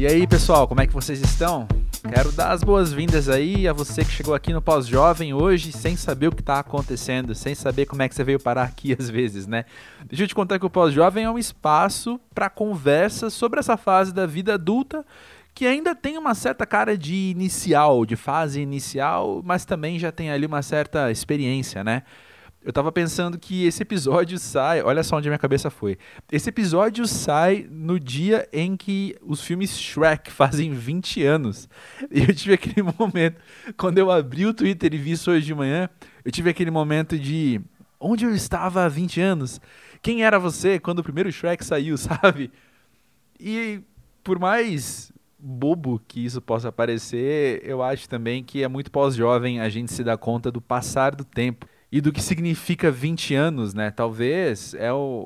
E aí, pessoal, como é que vocês estão? Quero dar as boas-vindas aí a você que chegou aqui no Pós-Jovem hoje sem saber o que está acontecendo, sem saber como é que você veio parar aqui às vezes, né? Deixa eu te contar que o Pós-Jovem é um espaço para conversa sobre essa fase da vida adulta que ainda tem uma certa cara de inicial, de fase inicial, mas também já tem ali uma certa experiência, né? Eu tava pensando que esse episódio sai... Olha só onde a minha cabeça foi. Esse episódio sai no dia em que os filmes Shrek fazem 20 anos. E eu tive aquele momento... Quando eu abri o Twitter e vi isso hoje de manhã, eu tive aquele momento de... Onde eu estava há 20 anos? Quem era você quando o primeiro Shrek saiu, sabe? E por mais bobo que isso possa parecer, eu acho também que é muito pós-jovem a gente se dar conta do passar do tempo. E do que significa 20 anos, né? Talvez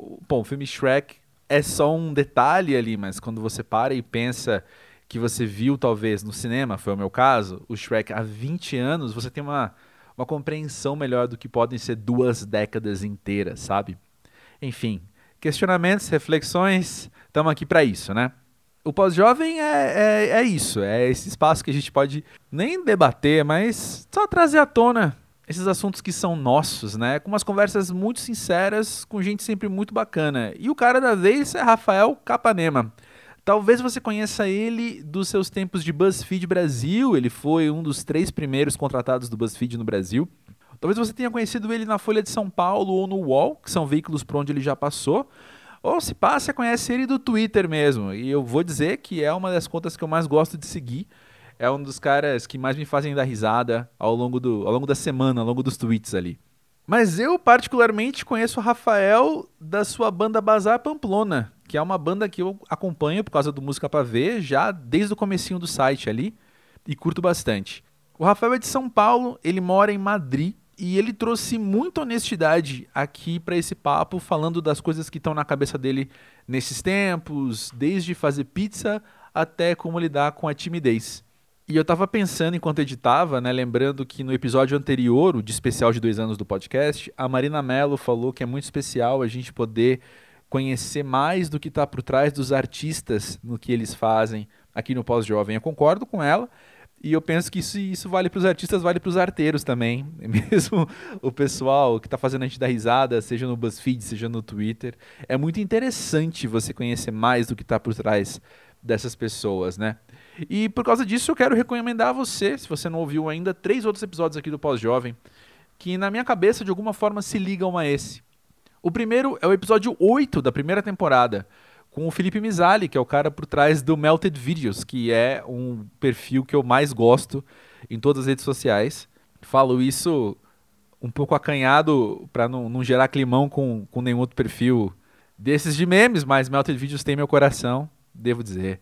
o filme Shrek é só um detalhe ali, mas quando você para e pensa que você viu, talvez, no cinema, foi o meu caso, o Shrek há 20 anos, você tem uma compreensão melhor do que podem ser 2 décadas inteiras, sabe? Enfim, questionamentos, reflexões, estamos aqui para isso, né? O pós-jovem é isso, é esse espaço que a gente pode nem debater, mas só trazer à tona esses assuntos que são nossos, né? Com umas conversas muito sinceras, com gente sempre muito bacana. E o cara da vez é Rafael Capanema. Talvez você conheça ele dos seus tempos de BuzzFeed Brasil. Ele foi um dos 3 primeiros contratados do BuzzFeed no Brasil. Talvez você tenha conhecido ele na Folha de São Paulo ou no UOL, que são veículos por onde ele já passou. Ou se passa, conhece ele do Twitter mesmo. E eu vou dizer que é uma das contas que eu mais gosto de seguir. É um dos caras que mais me fazem dar risada ao longo da semana, ao longo dos tweets ali. Mas eu particularmente conheço o Rafael da sua banda Bazar Pamplona, que é uma banda que eu acompanho por causa do Música Pra Ver já desde o comecinho do site ali e curto bastante. O Rafael é de São Paulo, ele mora em Madrid e ele trouxe muita honestidade aqui para esse papo, falando das coisas que estão na cabeça dele nesses tempos, desde fazer pizza até como lidar com a timidez. E eu tava pensando enquanto editava, né, lembrando que no episódio anterior, o de especial de 2 anos do podcast, a Marina Mello falou que é muito especial a gente poder conhecer mais do que está por trás dos artistas no que eles fazem aqui no Pós-Jovem. Eu concordo com ela e eu penso que isso vale para os artistas, vale para os arteiros também. Mesmo o pessoal que está fazendo a gente dar risada, seja no BuzzFeed, seja no Twitter. É muito interessante você conhecer mais do que está por trás dessas pessoas, né? E por causa disso eu quero recomendar a você, se você não ouviu ainda, 3 outros episódios aqui do Pós-Jovem, que na minha cabeça de alguma forma se ligam a esse. O primeiro é o episódio 8 da primeira temporada, com o Felipe Mizali, que é o cara por trás do Melted Videos, que é um perfil que eu mais gosto em todas as redes sociais. Falo isso um pouco acanhado para não gerar climão com nenhum outro perfil desses de memes, mas Melted Videos tem meu coração, devo dizer.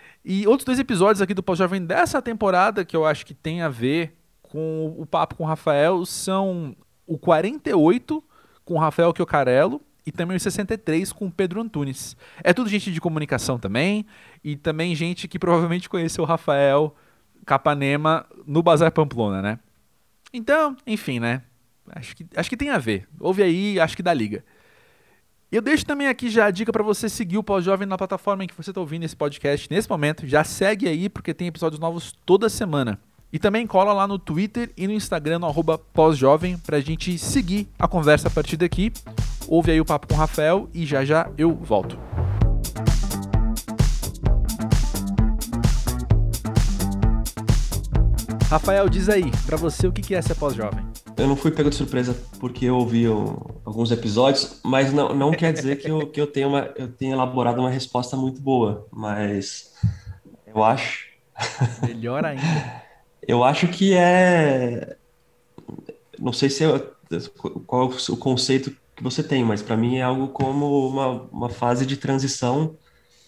E outros 2 episódios aqui do Pós-Jovem dessa temporada que eu acho que tem a ver com o papo com o Rafael são o 48 com o Rafael Chioccarello e também o 63 com o Pedro Antunes. É tudo gente de comunicação também e também gente que provavelmente conheceu o Rafael Capanema no Bazar Pamplona, né? Então, enfim, né? Acho que tem a ver. Ouve aí, acho que dá liga. E eu deixo também aqui já a dica para você seguir o Pós-Jovem na plataforma em que você está ouvindo esse podcast nesse momento. Já segue aí, porque tem episódios novos toda semana. E também cola lá no Twitter e no Instagram, no @Pós-Jovem, pra gente seguir a conversa a partir daqui. Ouve aí o papo com o Rafael e já já eu volto. Rafael, diz aí, pra você o que é ser pós-jovem? Eu não fui pego de surpresa porque eu ouvi alguns episódios, mas não quer dizer que eu tenha elaborado uma resposta muito boa, mas eu acho, Melhor ainda. eu acho que não sei qual é o conceito que você tem, mas para mim é algo como uma fase de transição,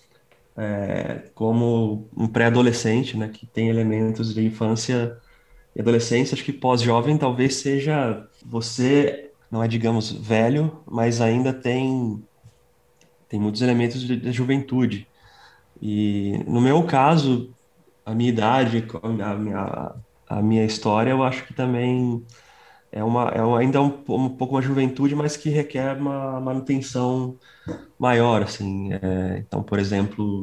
como um pré-adolescente, né, que tem elementos de infância e adolescência. Acho que pós-jovem talvez seja você, não é, digamos, velho, mas ainda tem muitos elementos da juventude. E no meu caso, a minha idade, a minha história, eu acho que também ainda um pouco uma juventude, mas que requer uma manutenção maior, assim. Então, por exemplo,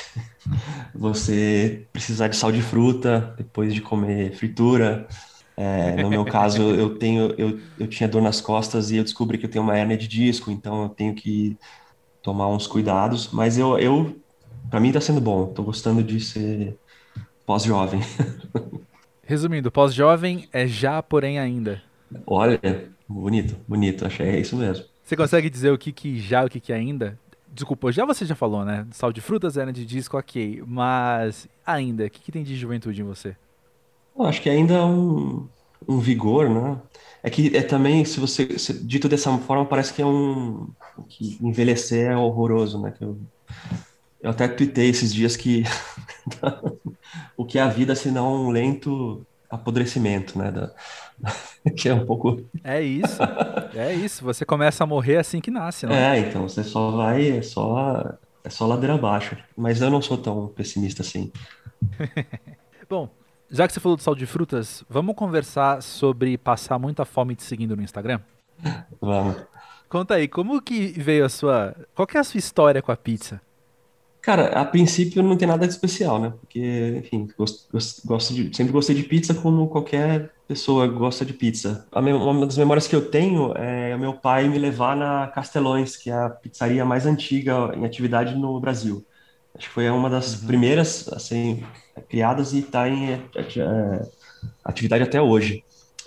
você precisar de sal de fruta depois de comer fritura. No meu caso, eu tinha dor nas costas e eu descobri que eu tenho uma hérnia de disco, então eu tenho que tomar uns cuidados. Mas para mim tá sendo bom. Tô gostando de ser pós-jovem. Resumindo, pós-jovem é já, porém ainda. Olha, bonito, bonito. Achei, é isso mesmo. Você consegue dizer o que já, o que ainda? Desculpa, já você já falou, né? Sal de frutas, hernia de disco, ok. Mas ainda, o que tem de juventude em você? Eu acho que ainda é um vigor, né? É que também, dito dessa forma, parece que que envelhecer é horroroso, né? Eu até tuitei esses dias que o que é a vida se não um lento apodrecimento, né? Que é um pouco. É isso. É isso. Você começa a morrer assim que nasce, não é? Então, você só vai, é só ladeira abaixo. Mas eu não sou tão pessimista assim. Bom, já que você falou do sal de frutas, vamos conversar sobre passar muita fome te seguindo no Instagram? Vamos. Conta aí, como que veio a sua. Qual que é a sua história com a pizza? Cara, a princípio não tem nada de especial, né? Porque, enfim, sempre gostei de pizza como qualquer pessoa gosta de pizza. Uma das memórias que eu tenho é o meu pai me levar na Castelões, que é a pizzaria mais antiga em atividade no Brasil. Acho que foi uma das Uhum. primeiras a serem criadas e está em atividade até hoje.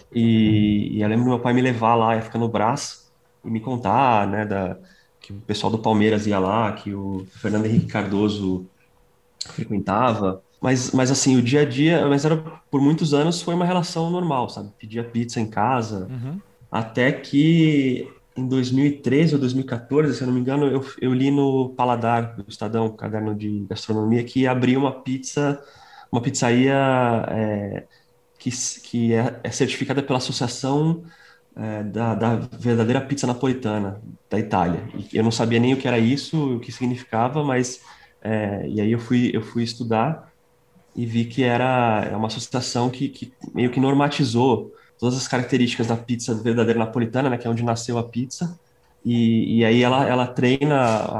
E eu lembro do meu pai me levar lá, ia ficar no Brás, e me contar, né, que o pessoal do Palmeiras ia lá, que o Fernando Henrique Cardoso frequentava. Mas assim, o dia a dia, mas era por muitos anos foi uma relação normal, sabe? Pedia pizza em casa, Uhum. até que em 2013 ou 2014, se eu não me engano, eu li no Paladar do Estadão, um caderno de gastronomia, que abriu uma pizzaria é, que é certificada pela Associação da Verdadeira Pizza Napolitana da Itália. E eu não sabia nem o que era isso, o que significava, mas e aí eu fui estudar e vi que era uma associação que meio que normatizou todas as características da pizza verdadeira napolitana, né, que é onde nasceu a pizza. E aí ela treina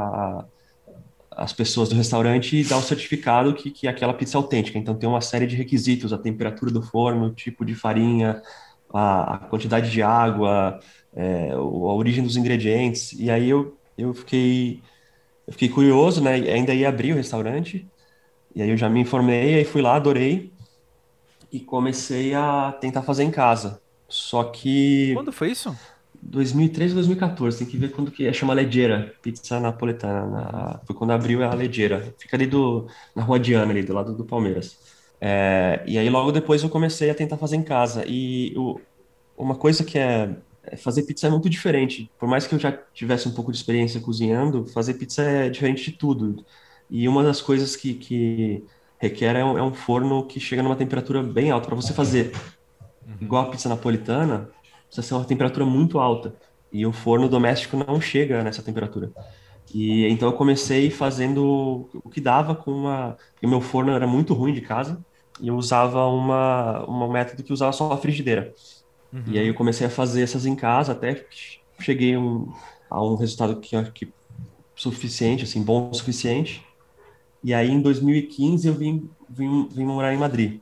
as pessoas do restaurante e dá o certificado que aquela pizza é autêntica. Então tem uma série de requisitos, a temperatura do forno, o tipo de farinha, a quantidade de água, a origem dos ingredientes. E aí eu fiquei curioso, né? E ainda ia abrir o restaurante. E aí eu já me informei, aí fui lá, adorei e comecei a tentar fazer em casa. Só que Quando foi isso? 2013 ou 2014, tem que ver quando que é, chama Leggera, pizza napoletana. Uhum. Foi quando abriu a Leggera. Fica ali na Rua Diana, ali do lado do Palmeiras. E aí logo depois eu comecei a tentar fazer em casa. Uma coisa que fazer pizza é muito diferente. Por mais que eu já tivesse um pouco de experiência cozinhando, fazer pizza é diferente de tudo. E uma das coisas que requer é um forno que chega numa temperatura bem alta. Para você fazer Uhum. igual a pizza napolitana, precisa ser uma temperatura muito alta. E o forno doméstico não chega nessa temperatura. E então eu comecei fazendo o que dava porque o meu forno era muito ruim de casa e eu usava um método que usava só a frigideira. E aí eu Uhum. comecei a fazer essas em casa até que cheguei a um resultado que eu acho que suficiente, assim, bom o suficiente. E aí em 2015 eu vim morar em Madrid,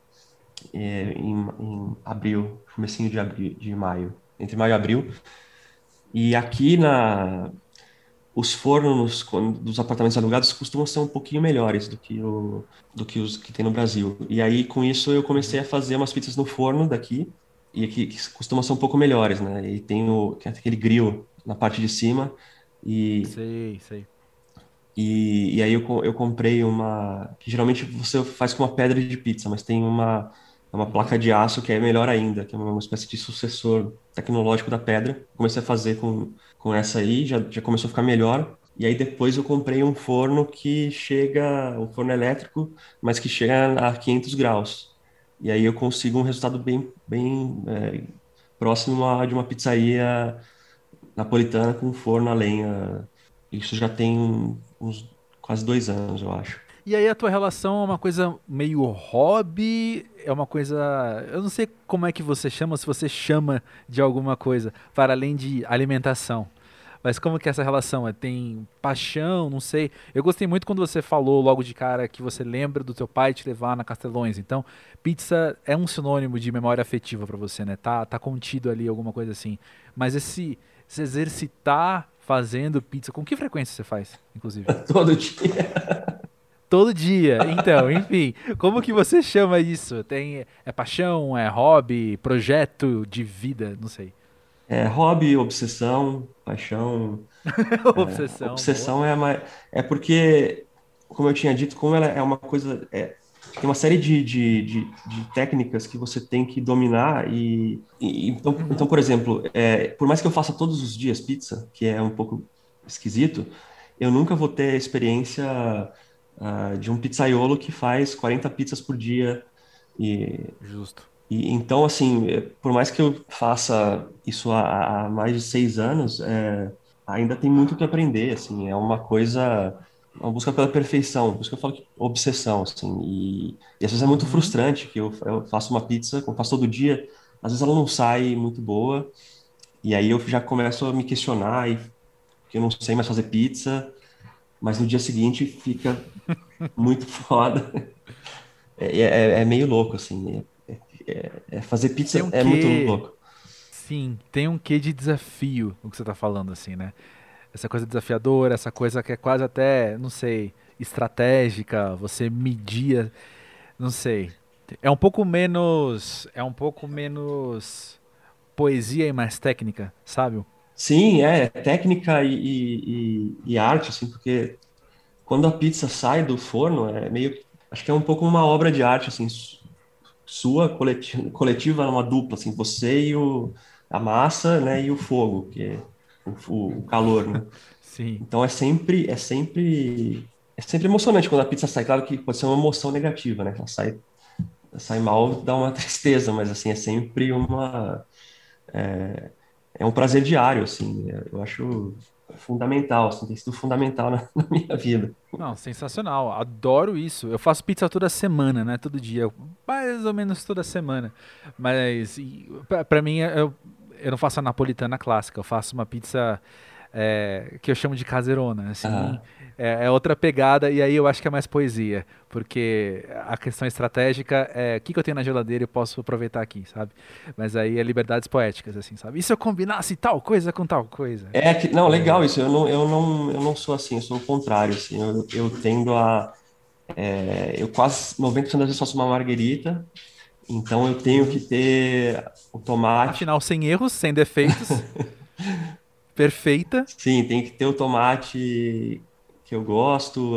em abril, comecinho de abril, de maio, entre maio e abril. E aqui os fornos dos apartamentos alugados costumam ser um pouquinho melhores do que os que tem no Brasil. E aí, com isso, eu comecei Uhum. a fazer umas pizzas no forno daqui, e aqui que costumam ser um pouco melhores, né? E que é aquele grill na parte de cima, e, Sei, sei. e aí eu comprei que geralmente você faz com uma pedra de pizza, mas tem uma Uhum. placa de aço que é melhor ainda, que é uma espécie de sucessor tecnológico da pedra. Comecei a fazer com essa aí, já começou a ficar melhor. E aí depois eu comprei um forno elétrico, mas que chega a 500 graus. E aí eu consigo um resultado bem próximo de uma pizzaria napolitana com forno a lenha. Isso já tem uns quase 2 anos, eu acho. E aí a tua relação é uma coisa meio hobby, é uma coisa, eu não sei como é que você chama, se você chama de alguma coisa, para além de alimentação. Mas como que é essa relação? Tem paixão, não sei. Eu gostei muito quando você falou logo de cara que você lembra do teu pai te levar na Castelões. Então, pizza é um sinônimo de memória afetiva pra você, né? Tá contido ali alguma coisa assim. Mas esse se exercitar fazendo pizza, com que frequência você faz, inclusive? Todo dia. Todo dia. Então, enfim, como que você chama isso? É paixão, é hobby, projeto de vida, não sei. É hobby, obsessão, paixão. Obsessão, boa. Obsessão é porque, como eu tinha dito, como ela é uma coisa. Tem uma série de técnicas que você tem que dominar então, Uhum. por exemplo, por mais que eu faça todos os dias pizza, que é um pouco esquisito, eu nunca vou ter a experiência de um pizzaiolo que faz 40 pizzas por dia. E, Justo. então, assim, por mais que eu faça isso há mais de 6 anos, ainda tem muito o que aprender, assim, é uma coisa, uma busca pela perfeição, por isso que eu falo que obsessão, assim, e às vezes é muito Uhum. frustrante que eu faço uma pizza, como eu faço todo dia, às vezes ela não sai muito boa, e aí eu já começo a me questionar, que eu não sei mais fazer pizza, mas no dia seguinte fica muito foda, é meio louco, assim, fazer Tem pizza um é muito quê, louco. sim, tem um quê de desafio no que você tá falando, assim, né? Essa coisa desafiadora, essa coisa que é quase até, não sei, estratégica, você medir, não sei. É um pouco menos poesia e mais técnica, sabe? Sim, é técnica e arte, assim, porque quando a pizza sai do forno, acho que é um pouco uma obra de arte, assim, sua, coletiva, uma dupla, assim, você a massa, né, e o fogo, que é o calor, né? Sim. Então é sempre emocionante quando a pizza sai. Claro que pode ser uma emoção negativa, né? Ela sai mal, dá uma tristeza, mas assim, é um prazer diário, assim. Eu acho fundamental, assim, tem sido fundamental na minha vida. Não, sensacional. Adoro isso. Eu faço pizza toda semana, né? Todo dia. Mais ou menos toda semana. Mas pra mim, eu não faço a napolitana clássica. Eu faço uma pizza que eu chamo de caseirona. Assim, Ah, é outra pegada. E aí eu acho que é mais poesia. Porque a questão estratégica é o que eu tenho na geladeira e eu posso aproveitar aqui, sabe? Mas aí é liberdades poéticas, assim, sabe? E se eu combinasse tal coisa com tal coisa? não, legal É, isso. Eu não sou assim, eu sou o contrário, assim. Eu tendo eu quase 90% das vezes faço uma marguerita, então eu tenho que uhum. ter o tomate. Afinal, sem erros, sem defeitos. Perfeita. Sim, tem que ter o tomate que eu gosto,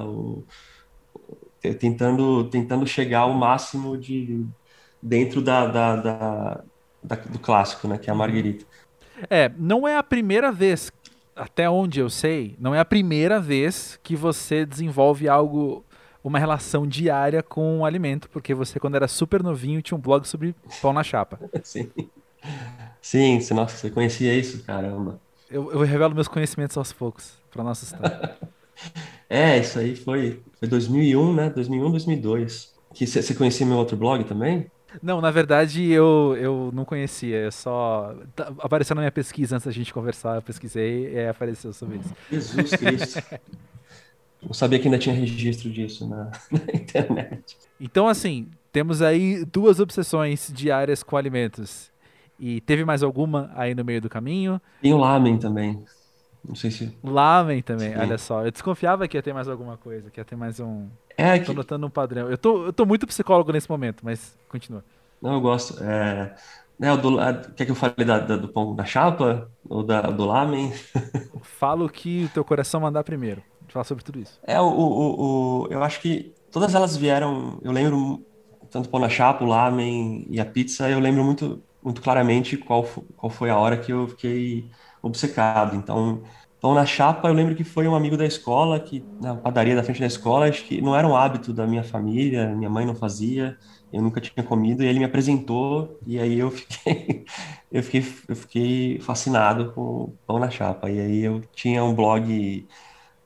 tentando chegar ao máximo dentro do clássico, né, que é a Uhum. marguerita. Não é a primeira vez, até onde eu sei, não é a primeira vez que você desenvolve algo, uma relação diária com o alimento, porque você, quando era super novinho, tinha um blog sobre pão na chapa. Sim, sim, nossa, você conhecia isso? Caramba. Eu revelo meus conhecimentos aos poucos, para nossa história. Isso aí foi 2001, né? 2001, 2002. Que você conhecia meu outro blog também? Não, na verdade, eu não conhecia, eu só. Apareceu na minha pesquisa antes da gente conversar, eu pesquisei e apareceu sobre isso. Jesus Cristo. Não sabia que ainda tinha registro disso na internet. Então, assim, temos aí duas obsessões diárias com alimentos. E teve mais alguma aí no meio do caminho? Tem o lamen também. Não sei se. Lamen também, olha Sim. só. Eu desconfiava que ia ter mais alguma coisa, que ia ter mais um. É Tô que. notando um padrão. Eu tô muito psicólogo nesse momento, mas continua. Não, eu gosto. Quer que eu fale do pão da chapa? Ou do lamen? Fala o que o teu coração mandar primeiro. Fala sobre tudo isso. Eu acho que todas elas vieram. Eu lembro, tanto o pão na chapa, o lamen e a pizza, eu lembro muito, muito claramente qual foi a hora que eu fiquei obcecado. Então, pão na chapa, eu lembro que foi um amigo da escola, que na padaria da frente da escola, acho que não era um hábito da minha família, minha mãe não fazia, eu nunca tinha comido, e ele me apresentou, e aí eu fiquei, eu fiquei fascinado com pão na chapa. E aí eu tinha um blog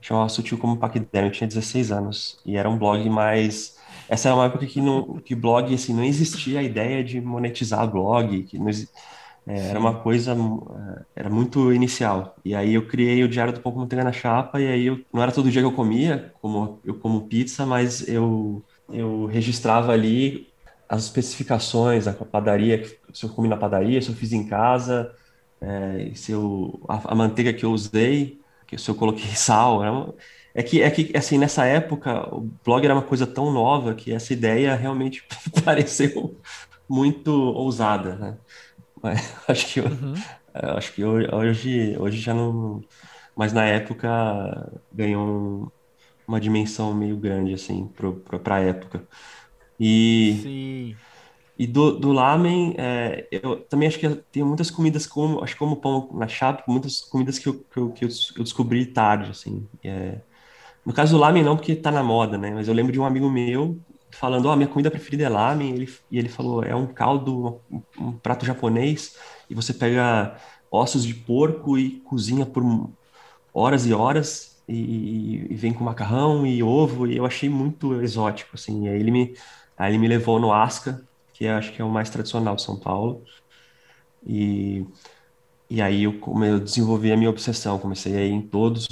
chamava Sutil como Paquiderme, eu tinha 16 anos. E era um blog mais... Essa era uma época que, não, que blog, assim, não existia a ideia de monetizar blog, que não, era uma Sim. coisa, era muito inicial. E aí eu criei o Diário do Pão com Manteiga na Chapa, e aí eu, não era todo dia que eu comia, como eu como pizza, mas eu registrava ali as especificações da padaria, se eu comi na padaria, se eu fiz em casa, se eu, a manteiga que eu usei, que se eu coloquei sal. É que, assim, nessa época, o blog era uma coisa tão nova que essa ideia realmente pareceu muito ousada, né? Mas acho que, Uhum. acho que hoje já não. Mas na época ganhou uma dimensão meio grande, assim, para a época. E, Sim. e do lamen, eu também acho que tem muitas comidas, como, acho que como pão na chapa, muitas comidas que eu descobri tarde, assim. No caso do lamen, não, porque tá na moda, né? Mas eu lembro de um amigo meu falando: Ó, minha comida preferida é lamen. E ele falou: é um caldo, um prato japonês, e você pega ossos de porco e cozinha por horas e horas, e vem com macarrão e ovo. E eu achei muito exótico, assim. E aí ele me levou no Asca, que acho que é o mais tradicional de São Paulo. E, e aí eu desenvolvi a minha obsessão. Comecei a ir em todos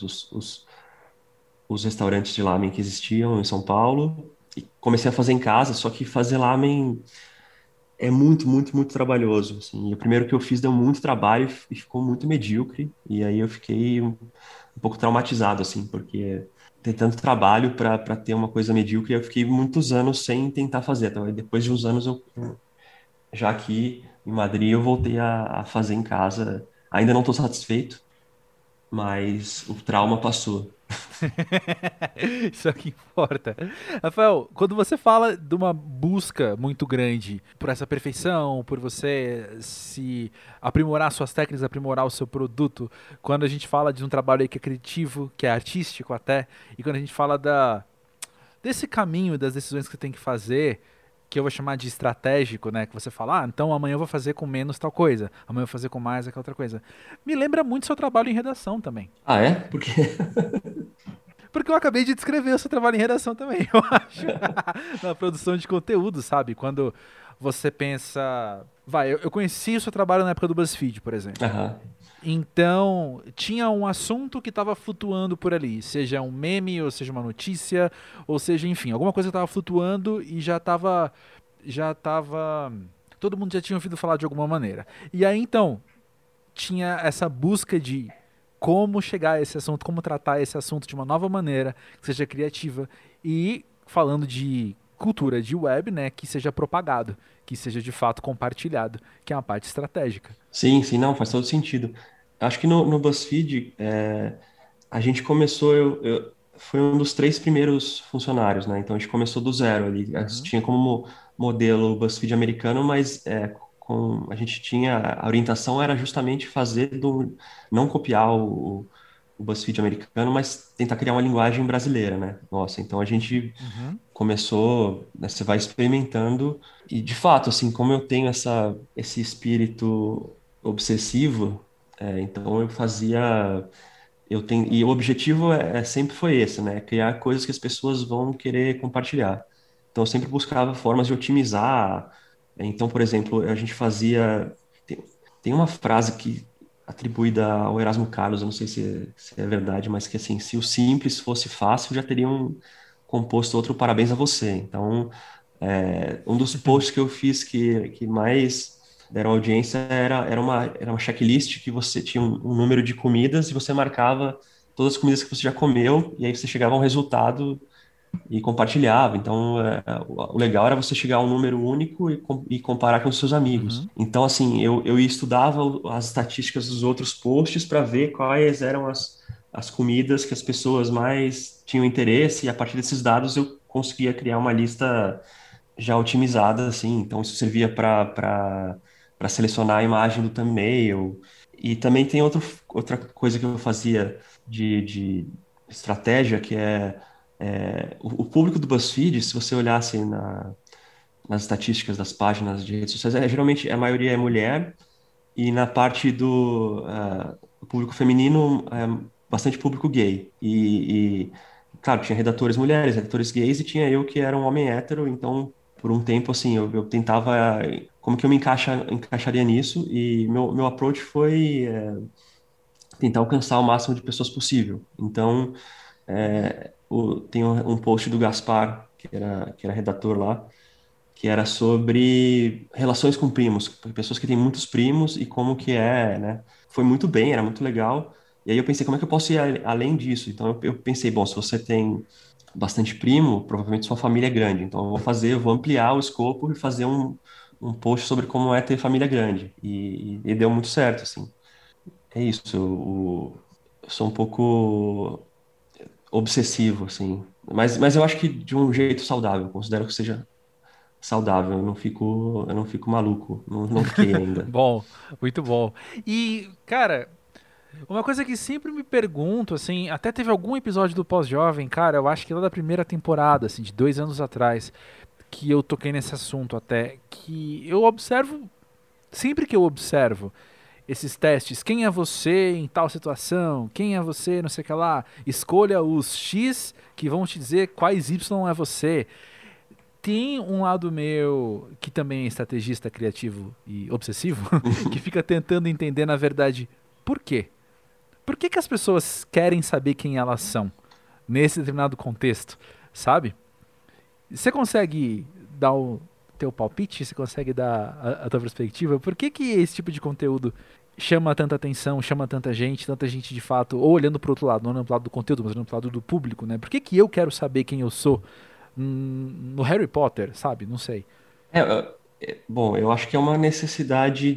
os restaurantes de lamen que existiam em São Paulo e comecei a fazer em casa, só que fazer lamen é muito, muito, muito trabalhoso, assim. E o primeiro que eu fiz deu muito trabalho e ficou muito medíocre, e aí eu fiquei um pouco traumatizado, assim, porque tem tanto trabalho para ter uma coisa medíocre, eu fiquei muitos anos sem tentar fazer. Então, aí depois de uns anos, já aqui em Madrid, eu voltei a fazer em casa. Ainda não estou satisfeito, mas o trauma passou. Isso é o que importa. Rafael, quando você fala de uma busca muito grande por essa perfeição, por você se aprimorar suas técnicas, aprimorar o seu produto, quando a gente fala de um trabalho aí que é criativo, que é artístico até, e quando a gente fala desse caminho, das decisões que você tem que fazer, que eu vou chamar de estratégico, né? Que você fala, então amanhã eu vou fazer com menos tal coisa, amanhã eu vou fazer com mais aquela outra coisa. Me lembra muito seu trabalho em redação também. Ah, é? Porque Porque eu acabei de descrever o seu trabalho em redação também, eu acho. Na produção de conteúdo, sabe? Quando você pensa. Vai, eu conheci o seu trabalho na época do BuzzFeed, por exemplo. Aham. Então, tinha um assunto que estava flutuando por ali, seja um meme, ou seja uma notícia, ou seja, enfim, alguma coisa que estava flutuando e já tava, todo mundo já tinha ouvido falar de alguma maneira. E aí então, tinha essa busca de como chegar a esse assunto, como tratar esse assunto de uma nova maneira, que seja criativa e falando de cultura de web, né, que seja propagado, que seja de fato compartilhado, que é uma parte estratégica. Sim, sim, não, faz todo sentido. Acho que no BuzzFeed, a gente começou, foi um dos 3 primeiros funcionários, né? Então a gente começou do zero ali. A gente Uhum, tinha como modelo o BuzzFeed americano, mas a gente tinha, a orientação era justamente não copiar o BuzzFeed americano, mas tentar criar uma linguagem brasileira, né? Nossa, então a gente uhum, começou, né, você vai experimentando e de fato, assim, como eu tenho esse espírito obsessivo, então e o objetivo sempre foi esse, né? Criar coisas que as pessoas vão querer compartilhar. Então eu sempre buscava formas de otimizar. Então, por exemplo, a gente tem, tem uma frase que atribuída ao Erasmo Carlos, eu não sei se é verdade, mas que assim, se o simples fosse fácil, já teriam composto outro parabéns a você. Então, um dos posts que eu fiz que mais deram audiência era uma checklist que você tinha um número de comidas e você marcava todas as comidas que você já comeu, e aí você chegava a um resultado e compartilhava. Então, o legal era você chegar a um número único e comparar com os seus amigos. uhum, Então, assim, eu estudava as estatísticas dos outros posts para ver quais eram as comidas que as pessoas mais tinham interesse, e a partir desses dados eu conseguia criar uma lista já otimizada, assim. Então, isso servia para selecionar a imagem do thumbnail. E também tem outra coisa que eu fazia de estratégia, que o público do BuzzFeed, se você olhasse nas estatísticas das páginas de redes sociais, geralmente a maioria é mulher, e na parte do público feminino, bastante público gay. Claro, tinha redatores mulheres, redatores gays, e tinha eu que era um homem hétero, então, por um tempo, assim, eu tentava, como que eu encaixaria nisso, e meu approach foi tentar alcançar o máximo de pessoas possível. Então, tem um post do Gaspar, que era redator lá, que era sobre relações com primos, pessoas que têm muitos primos e como que é, né? Foi muito bem, era muito legal. E aí eu pensei, como é que eu posso ir além disso? Então eu pensei, bom, se você tem bastante primo, provavelmente sua família é grande. Então eu vou ampliar o escopo e fazer um post sobre como é ter família grande. E deu muito certo, assim. É isso, eu sou um pouco obsessivo, assim. Mas eu acho que de um jeito saudável, considero que seja saudável, eu não fico maluco, não fiquei ainda. Bom, muito bom. E, cara, uma coisa que sempre me pergunto, assim, até teve algum episódio do Pós-Jovem, cara, eu acho que lá da primeira temporada, assim, de 2 anos atrás, que eu toquei nesse assunto até, que eu observo, sempre que eu observo esses testes, quem é você em tal situação, quem é você, não sei o que lá, escolha os X que vão te dizer quais Y é você. Tem um lado meu que também é estrategista, criativo e obsessivo, que fica tentando entender, na verdade, por quê? Por que, que as pessoas querem saber quem elas são nesse determinado contexto, sabe? Você consegue dar o teu palpite? Você consegue dar a tua perspectiva? Por que, que esse tipo de conteúdo chama tanta atenção, chama tanta gente de fato, ou olhando para o outro lado, não olhando para o lado do conteúdo, mas olhando para o lado do público, né? Por que, que eu quero saber quem eu sou no Harry Potter, sabe? Não sei. Bom, eu acho que é uma necessidade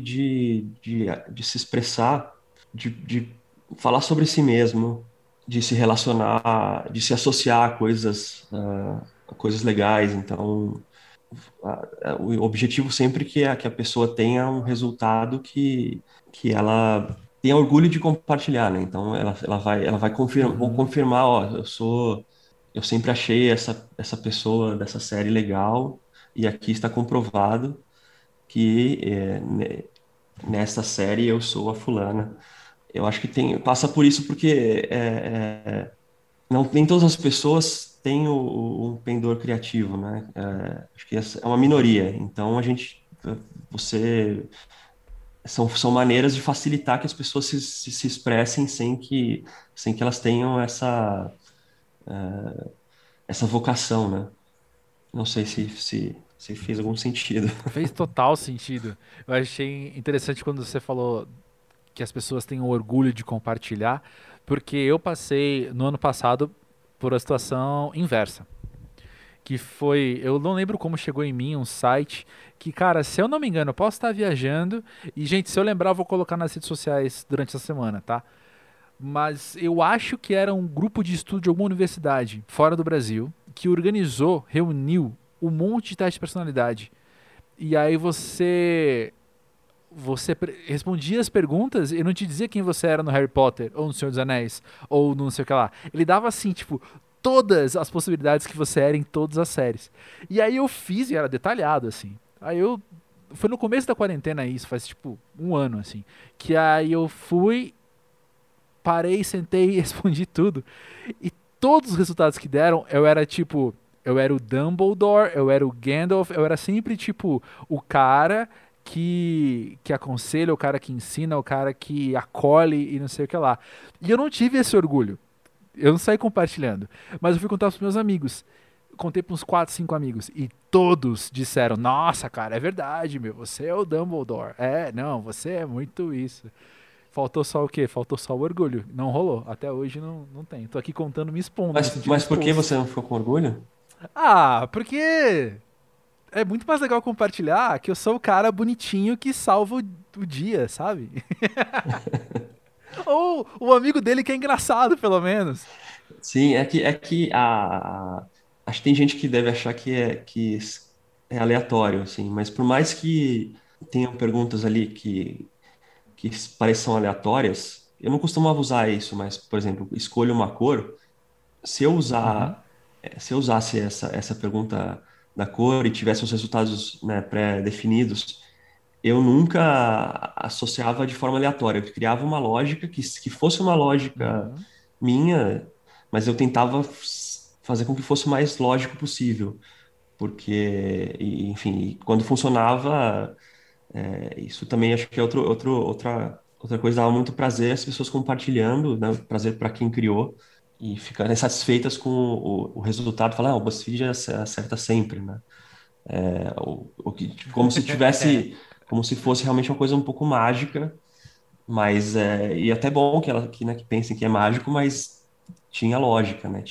de se expressar, de falar sobre si mesmo, de se relacionar, de se associar a coisas legais. Então, o objetivo sempre que a pessoa tenha um resultado que ela tenha orgulho de compartilhar, né? Então, ela vai vou Uhum. confirmar, ó, eu sempre achei essa pessoa dessa série legal, e aqui está comprovado que nessa série eu sou a fulana. Eu acho que passa por isso porque não, nem todas as pessoas têm um pendor criativo, né? Acho que essa é uma minoria. Então você são maneiras de facilitar que as pessoas se expressem sem que elas tenham essa vocação, né? Não sei se fez algum sentido. Fez total sentido. Eu achei interessante quando você falou que as pessoas têm o orgulho de compartilhar, porque eu passei no ano passado por a situação inversa. Que foi, eu não lembro como chegou em mim um site que, cara, se eu não me engano, eu posso estar viajando e, gente, se eu lembrar, eu vou colocar nas redes sociais durante a semana, tá? Mas eu acho que era um grupo de estudo de alguma universidade fora do Brasil que organizou, reuniu um monte de testes de personalidade. E aí você respondia as perguntas e não te dizia quem você era no Harry Potter, ou no Senhor dos Anéis, ou no não sei o que lá. Ele dava assim, tipo, todas as possibilidades que você era em todas as séries. E aí eu fiz e era detalhado, assim. Aí eu. Foi no começo da quarentena isso, faz tipo um ano, assim. Que aí eu fui, parei, sentei e respondi tudo. E todos os resultados que deram, eu era tipo. Eu era o Dumbledore, eu era o Gandalf, eu era sempre tipo o cara que aconselha, o cara que ensina, o cara que acolhe e não sei o que lá. E eu não tive esse orgulho. Eu não saí compartilhando. Mas eu fui contar pros meus amigos. Contei para uns 4, 5 amigos. E todos disseram: Nossa, cara, é verdade, meu. Você é o Dumbledore. É, não, você é muito isso. Faltou só o quê? Faltou só o orgulho. Não rolou. Até hoje não tem. Tô aqui contando, me expondo, me sentindo Mas por que você exposto. não ficou com orgulho? Ah, porque é muito mais legal compartilhar que eu sou o cara bonitinho que salva o dia, sabe? Ou o amigo dele que é engraçado, pelo menos. Sim, é que acho que tem gente que deve achar que é aleatório, assim, mas por mais que tenham perguntas ali que pareçam aleatórias, eu não costumava usar isso, mas, por exemplo, escolha uma cor. Se eu Uhum. usar, se eu usasse essa pergunta da cor e tivesse os resultados, né, pré-definidos, eu nunca associava de forma aleatória. Eu criava uma lógica que fosse uma lógica Uhum. minha, mas eu tentava fazer com que fosse o mais lógico possível, porque, enfim, quando funcionava, isso também acho que é outra coisa, dava muito prazer as pessoas compartilhando, né? Prazer para quem criou e ficarem satisfeitas com o resultado, falar, o BuzzFeed acerta sempre, né? Como se tivesse, como se fosse realmente uma coisa um pouco mágica, mas e até bom que pensem que é mágico, mas tinha lógica, né?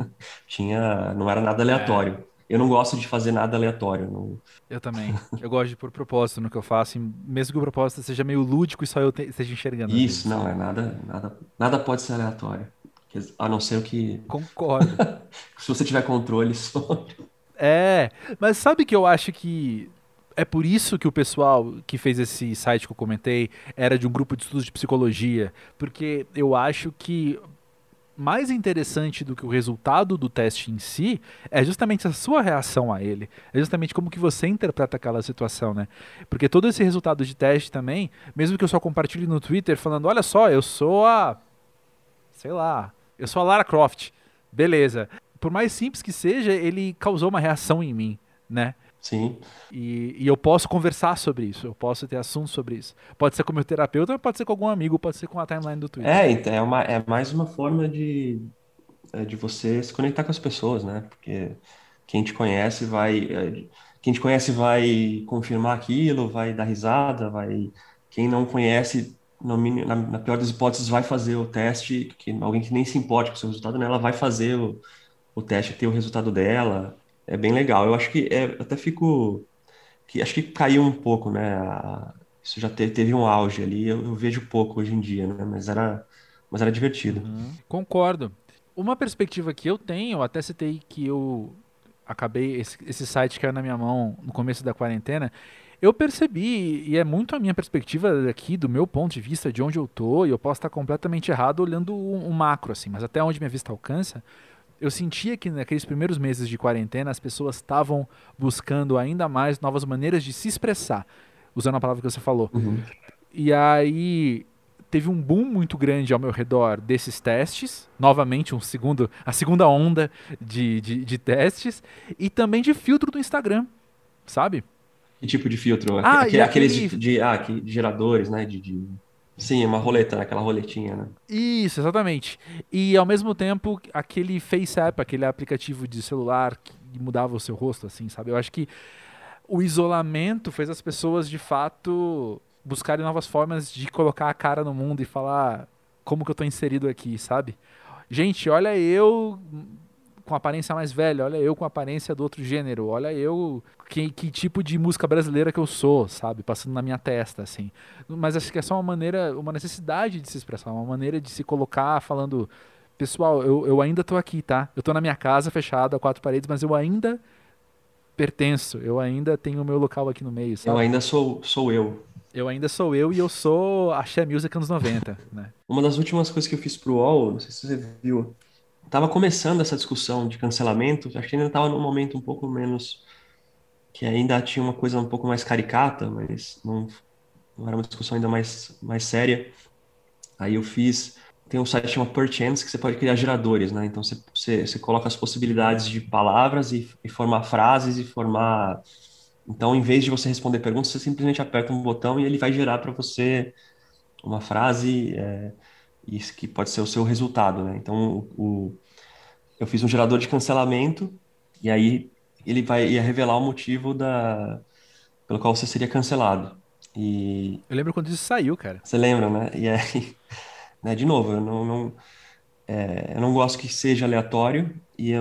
Não era nada É, aleatório. Eu não gosto de fazer nada aleatório. Não. eu também. Eu gosto de pôr propósito no que eu faço, mesmo que o propósito seja meio lúdico e só eu esteja enxergando às Isso, vezes. não, nada pode ser aleatório. A não ser o que, Concordo. se você tiver controle sobre. É, mas sabe que eu acho que é por isso que o pessoal que fez esse site que eu comentei era de um grupo de estudos de psicologia, porque eu acho que mais interessante do que o resultado do teste em si é justamente a sua reação a ele, é justamente como que você interpreta aquela situação, né? Porque todo esse resultado de teste também, mesmo que eu só compartilhe no Twitter falando, olha só, eu sou a, sei lá, eu sou a Lara Croft, beleza. Por mais simples que seja, ele causou uma reação em mim, né? Sim. E eu posso conversar sobre isso, eu posso ter assunto sobre isso. Pode ser com o meu terapeuta, mas pode ser com algum amigo, pode ser com a timeline do Twitter. Então, é mais uma forma de você se conectar com as pessoas, né? Porque quem te conhece quem te conhece vai confirmar aquilo, vai dar risada, quem não conhece, na pior das hipóteses, vai fazer o teste, que alguém que nem se importe com o seu resultado, né? Ela vai fazer o teste e ter o resultado dela. É bem legal. Eu acho que até fico que acho que caiu um pouco, né? Isso já teve um auge ali. Eu vejo pouco hoje em dia, né? Mas era divertido. Uhum. Concordo. Uma perspectiva que eu tenho, eu até citei que eu acabei, esse site caiu na minha mão no começo da quarentena, eu percebi, e é muito a minha perspectiva aqui, do meu ponto de vista, de onde eu tô, e eu posso estar completamente errado olhando um macro, assim, mas até onde minha vista alcança, eu sentia que naqueles primeiros meses de quarentena as pessoas estavam buscando ainda mais novas maneiras de se expressar, usando a palavra que você falou. Uhum. E aí teve um boom muito grande ao meu redor desses testes, novamente a segunda onda de testes, e também de filtro do Instagram, sabe? Que tipo de filtro? Ah, e Aqueles aquele. de geradores, né? Sim, uma roleta, né? Aquela roletinha, né? Isso, exatamente. E ao mesmo tempo, aquele Face App, aquele aplicativo de celular que mudava o seu rosto, assim, sabe? Eu acho que o isolamento fez as pessoas de fato buscarem novas formas de colocar a cara no mundo e falar como que eu tô inserido aqui, sabe? Gente, olha eu com aparência mais velha, olha eu com aparência do outro gênero, olha eu que tipo de música brasileira que eu sou, sabe? Passando na minha testa, assim. Mas acho que é só uma maneira, uma necessidade de se expressar, uma maneira de se colocar falando, pessoal, eu ainda tô aqui, tá? Eu tô na minha casa fechada, a quatro paredes, mas eu ainda pertenço, eu ainda tenho o meu local aqui no meio, Eu sabe? ainda sou eu. Eu ainda sou eu e eu sou Axé Music anos 90, né? Uma das últimas coisas que eu fiz pro UOL, não sei se você viu, tava começando essa discussão de cancelamento, acho que ainda estava num momento um pouco menos, que ainda tinha uma coisa um pouco mais caricata, mas não era uma discussão ainda mais séria. Aí eu fiz. Tem um site que chama Perchance que você pode criar geradores, né? Então você coloca as possibilidades de palavras e formar frases e formar. Então, em vez de você responder perguntas, você simplesmente aperta um botão e ele vai gerar para você uma frase, isso que pode ser o seu resultado, né? Então, eu fiz um gerador de cancelamento e aí ia revelar o motivo pelo qual você seria cancelado. E Eu lembro quando isso saiu, cara. você lembra, né? E aí, né, de novo, eu não gosto que seja aleatório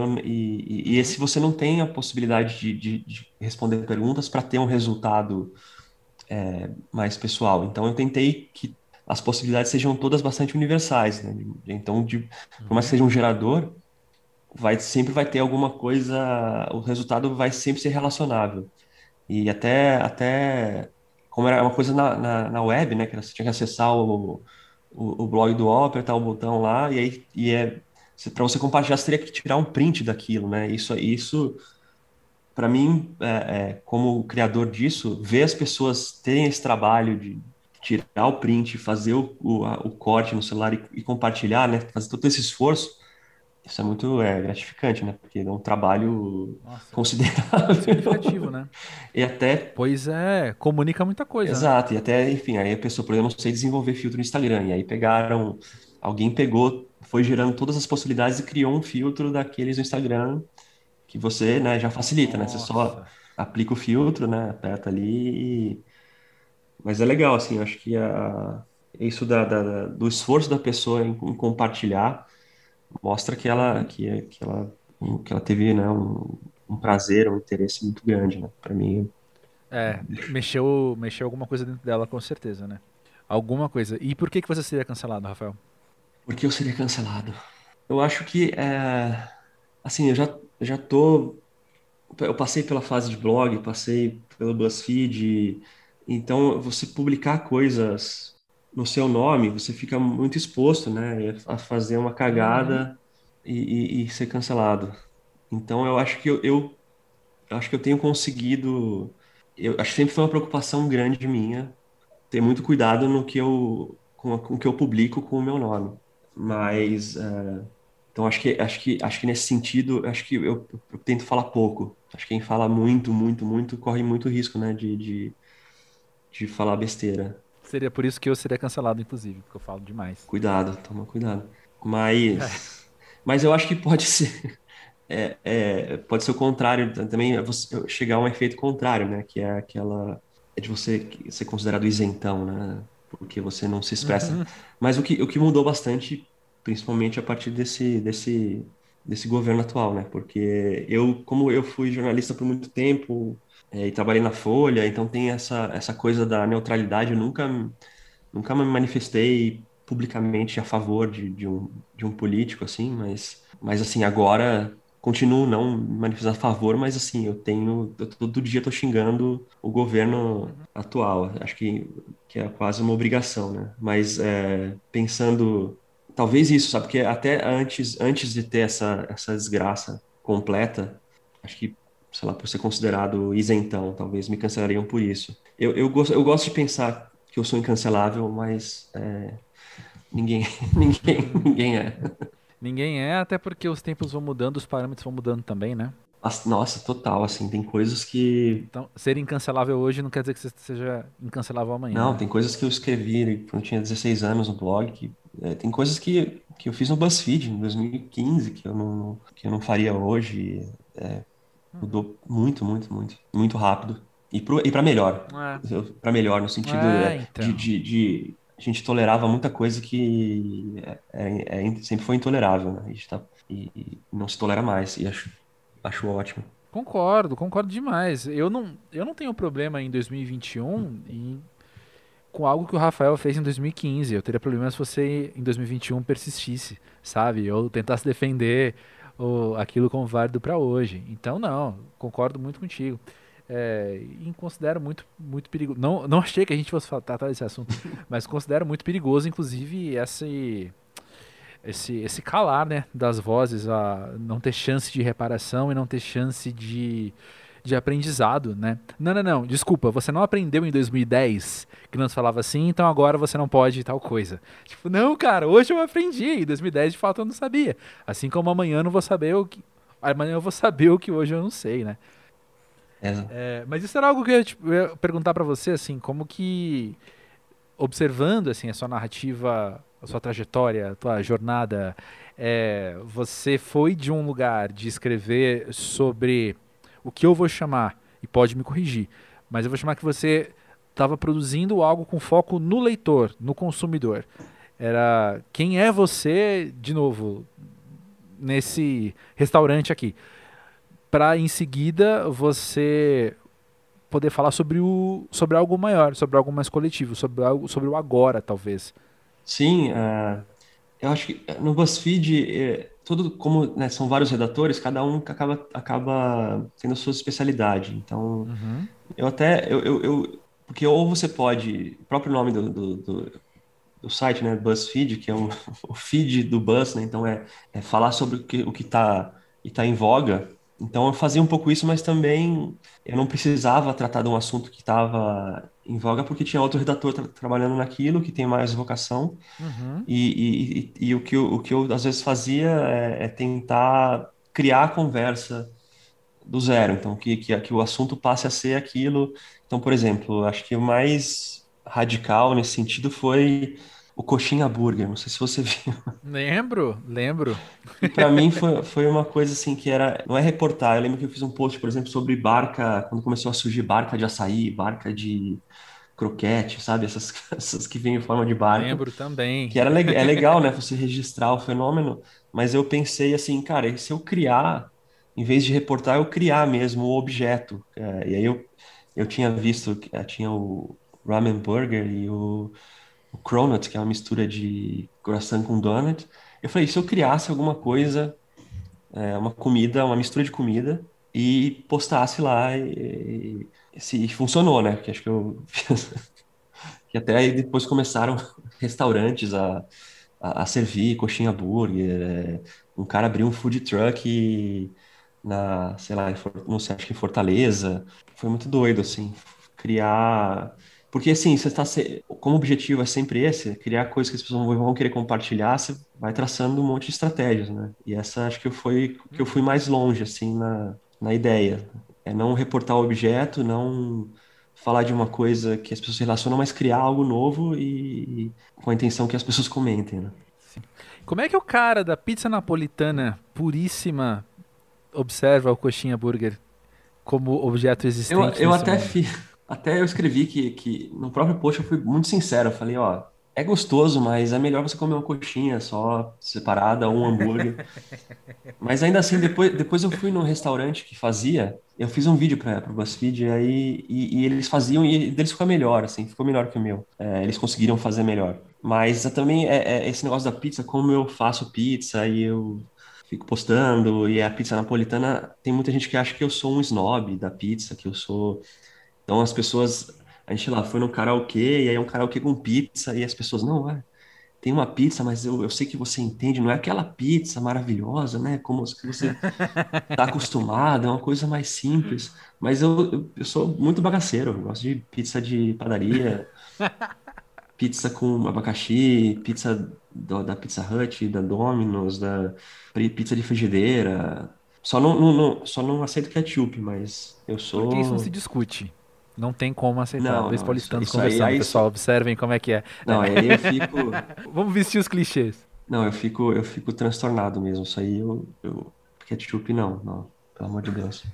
e Uhum. se você não tem a possibilidade de responder perguntas para ter um resultado mais pessoal. Então eu tentei que as possibilidades sejam todas bastante universais, né? Então, por mais que Uhum. seja um gerador, sempre vai ter alguma coisa, o resultado vai sempre ser relacionável. E até como era uma coisa na web, né? Que você tinha que acessar o blog do Opera, apertar o botão lá, e aí para você compartilhar, você teria que tirar um print daquilo, né? Isso para mim, como criador disso, ver as pessoas terem esse trabalho tirar o print, fazer o corte no celular e compartilhar, né? Fazer todo esse esforço, isso é muito gratificante, né? Porque é um trabalho Nossa, considerável. significativo, né? E até, Pois é, comunica muita coisa, né? exato, e até, enfim, aí a pessoa, por exemplo, não sei desenvolver filtro no Instagram, e aí alguém pegou, foi gerando todas as possibilidades e criou um filtro daqueles no Instagram que você, né, já facilita, né? Você só Nossa. aplica o filtro, né? Aperta ali. Mas é legal, assim, eu acho que isso do esforço da pessoa em compartilhar mostra Uhum. que ela teve, né, um prazer, um interesse muito grande, né? Para mim, É, mexeu alguma coisa dentro dela, com certeza, né? Alguma coisa. E por que que você seria cancelado, Rafael? porque eu seria cancelado? Eu acho que, assim, eu passei pela fase de blog, passei pelo BuzzFeed, então você publicar coisas no seu nome, você fica muito exposto, né, a fazer uma Uhum. cagada e ser cancelado. Então eu acho que eu acho que eu tenho conseguido, eu acho que sempre foi uma preocupação grande minha ter muito cuidado no que com o que eu publico com o meu nome. Mas então acho que nesse sentido, acho que eu tento falar pouco. Acho que quem fala muito, muito, muito corre muito risco, né, de falar besteira. Seria por isso que eu seria cancelado, inclusive, porque eu falo demais. Cuidado, toma cuidado. Mas eu acho que pode ser pode ser o contrário também, chegar a um efeito contrário, né, que é aquela de você ser considerado isentão, né, porque você não se expressa. Uhum. Mas o que mudou bastante, principalmente a partir desse governo atual, né, porque como eu fui jornalista por muito tempo, e trabalhei na Folha, então tem essa coisa da neutralidade. Eu nunca me manifestei publicamente a favor de um político, assim, mas assim, agora continuo não me manifestando a favor, mas assim, todo dia estou xingando o governo atual. Acho que é quase uma obrigação, né? Mas pensando, talvez isso, sabe? Porque até antes de ter essa desgraça completa, acho que, sei lá, por ser considerado isentão, talvez me cancelariam por isso. Eu gosto de pensar que eu sou incancelável, mas ninguém, ninguém é. Ninguém é, até porque os tempos vão mudando, os parâmetros vão mudando também, né? Nossa, total, assim, tem coisas que. Então, ser incancelável hoje não quer dizer que você seja incancelável amanhã, Não, né? tem coisas que eu escrevi quando eu tinha 16 anos no blog, tem coisas que eu fiz no BuzzFeed em 2015 que eu não faria hoje. Mudou muito, muito, muito, muito rápido. E para melhor. Para melhor, no sentido Então. de a gente tolerava muita coisa que sempre foi intolerável, né? E não se tolera mais. E acho ótimo. Concordo demais. Eu não tenho problema em 2021 com algo que o Rafael fez em 2015. Eu teria problema se você em 2021 persistisse, sabe? Ou tentasse defender aquilo como válido para hoje. Então, não, concordo muito contigo. E considero muito, muito perigoso. Não achei que a gente fosse tratar desse assunto, mas considero muito perigoso, inclusive, esse calar, né, das vozes, a não ter chance de reparação e não ter chance de aprendizado, né? Não, desculpa, você não aprendeu em 2010 que não se falava assim, então agora você não pode tal coisa. Tipo, não, cara, hoje eu aprendi, em 2010 de fato eu não sabia. Assim como amanhã eu não vou saber o que. Amanhã eu vou saber o que hoje eu não sei, né? É, Mas isso era algo que eu ia perguntar pra você, assim, como que observando assim a sua narrativa, a sua trajetória, a tua jornada, você foi de um lugar de escrever sobre o que eu vou chamar, e pode me corrigir, mas eu vou chamar que você estava produzindo algo com foco no leitor, no consumidor. Era quem é você, de novo, nesse restaurante aqui. Para em seguida você poder falar sobre algo maior, sobre algo mais coletivo, sobre o agora, talvez. sim, eu acho que no BuzzFeed, tudo como, né, são vários redatores, cada um acaba tendo a sua especialidade. Então, Uhum. porque ou você pode, o próprio nome do site, né, BuzzFeed, que é o feed do Buzz, né, então é falar sobre o que tá em voga, Então eu fazia um pouco isso, mas também eu não precisava tratar de um assunto que estava em voga, porque tinha outro redator trabalhando naquilo, que tem mais vocação. Uhum. E o que eu às vezes fazia é tentar criar a conversa do zero. Então, que o assunto passe a ser aquilo. Então, por exemplo, acho que o mais radical nesse sentido foi o Coxinha Burger. Não sei se você viu. Lembro, lembro. E para mim foi uma coisa assim que era, não é reportar. Eu lembro que eu fiz um post, por exemplo, sobre barca, quando começou a surgir barca de açaí, barca de croquete, sabe? Essas, essas que vêm em forma de barca. Lembro também. Que é legal, né, você registrar o fenômeno, mas eu pensei assim, cara, e se eu criar, em vez de reportar, eu criar mesmo o objeto. E aí eu tinha visto, que tinha o Ramen Burger e o Cronut, que é uma mistura de croissant com donut. Eu falei, se eu criasse alguma coisa, uma comida, uma mistura de comida, e postasse lá, e se funcionou, né? Porque acho que eu que até aí depois começaram restaurantes a servir coxinha burger. Um cara abriu um food truck sei lá, não sei, acho que em Fortaleza. Foi muito doido, assim, criar. Porque, assim, como o objetivo é sempre esse, criar coisas que as pessoas vão querer compartilhar, você vai traçando um monte de estratégias, né? E essa acho que eu fui Uhum. mais longe, assim, na ideia. É não reportar o objeto, não falar de uma coisa que as pessoas se relacionam, mas criar algo novo e com a intenção que as pessoas comentem, né? Como é que o cara da pizza napolitana puríssima observa o coxinha burger como objeto Eu, existente eu nesse até mundo? fiz, até eu escrevi que no próprio post eu fui muito sincero. Eu falei, ó, é gostoso, mas é melhor você comer uma coxinha só separada ou um hambúrguer. Mas ainda assim, depois eu fui num restaurante que fazia, eu fiz um vídeo para o BuzzFeed e eles faziam e deles ficou melhor, assim, ficou melhor que o meu. Eles conseguiram fazer melhor. Mas também esse negócio da pizza, como eu faço pizza e eu fico postando, e a pizza napolitana, tem muita gente que acha que eu sou um snob da pizza, que eu sou. Então as pessoas. A gente lá foi num karaokê, e aí é um karaokê com pizza, e as pessoas, não, tem uma pizza, mas eu sei que você entende, não é aquela pizza maravilhosa, né? Como que você está acostumado, é uma coisa mais simples. Mas eu sou muito bagaceiro, eu gosto de pizza de padaria, pizza com abacaxi, pizza da Pizza Hut, da Domino's, pizza de frigideira. Só não aceito ketchup, mas eu Porque isso não se sou. discute. Não tem como aceitar. Não, Dois não, isso, paulistanos isso aí, conversando. aí Pessoal, só. observem como é que é. Não, aí eu fico. Vamos vestir os clichês. Não, eu fico transtornado mesmo. Isso aí ketchup não, não, pelo amor de Deus.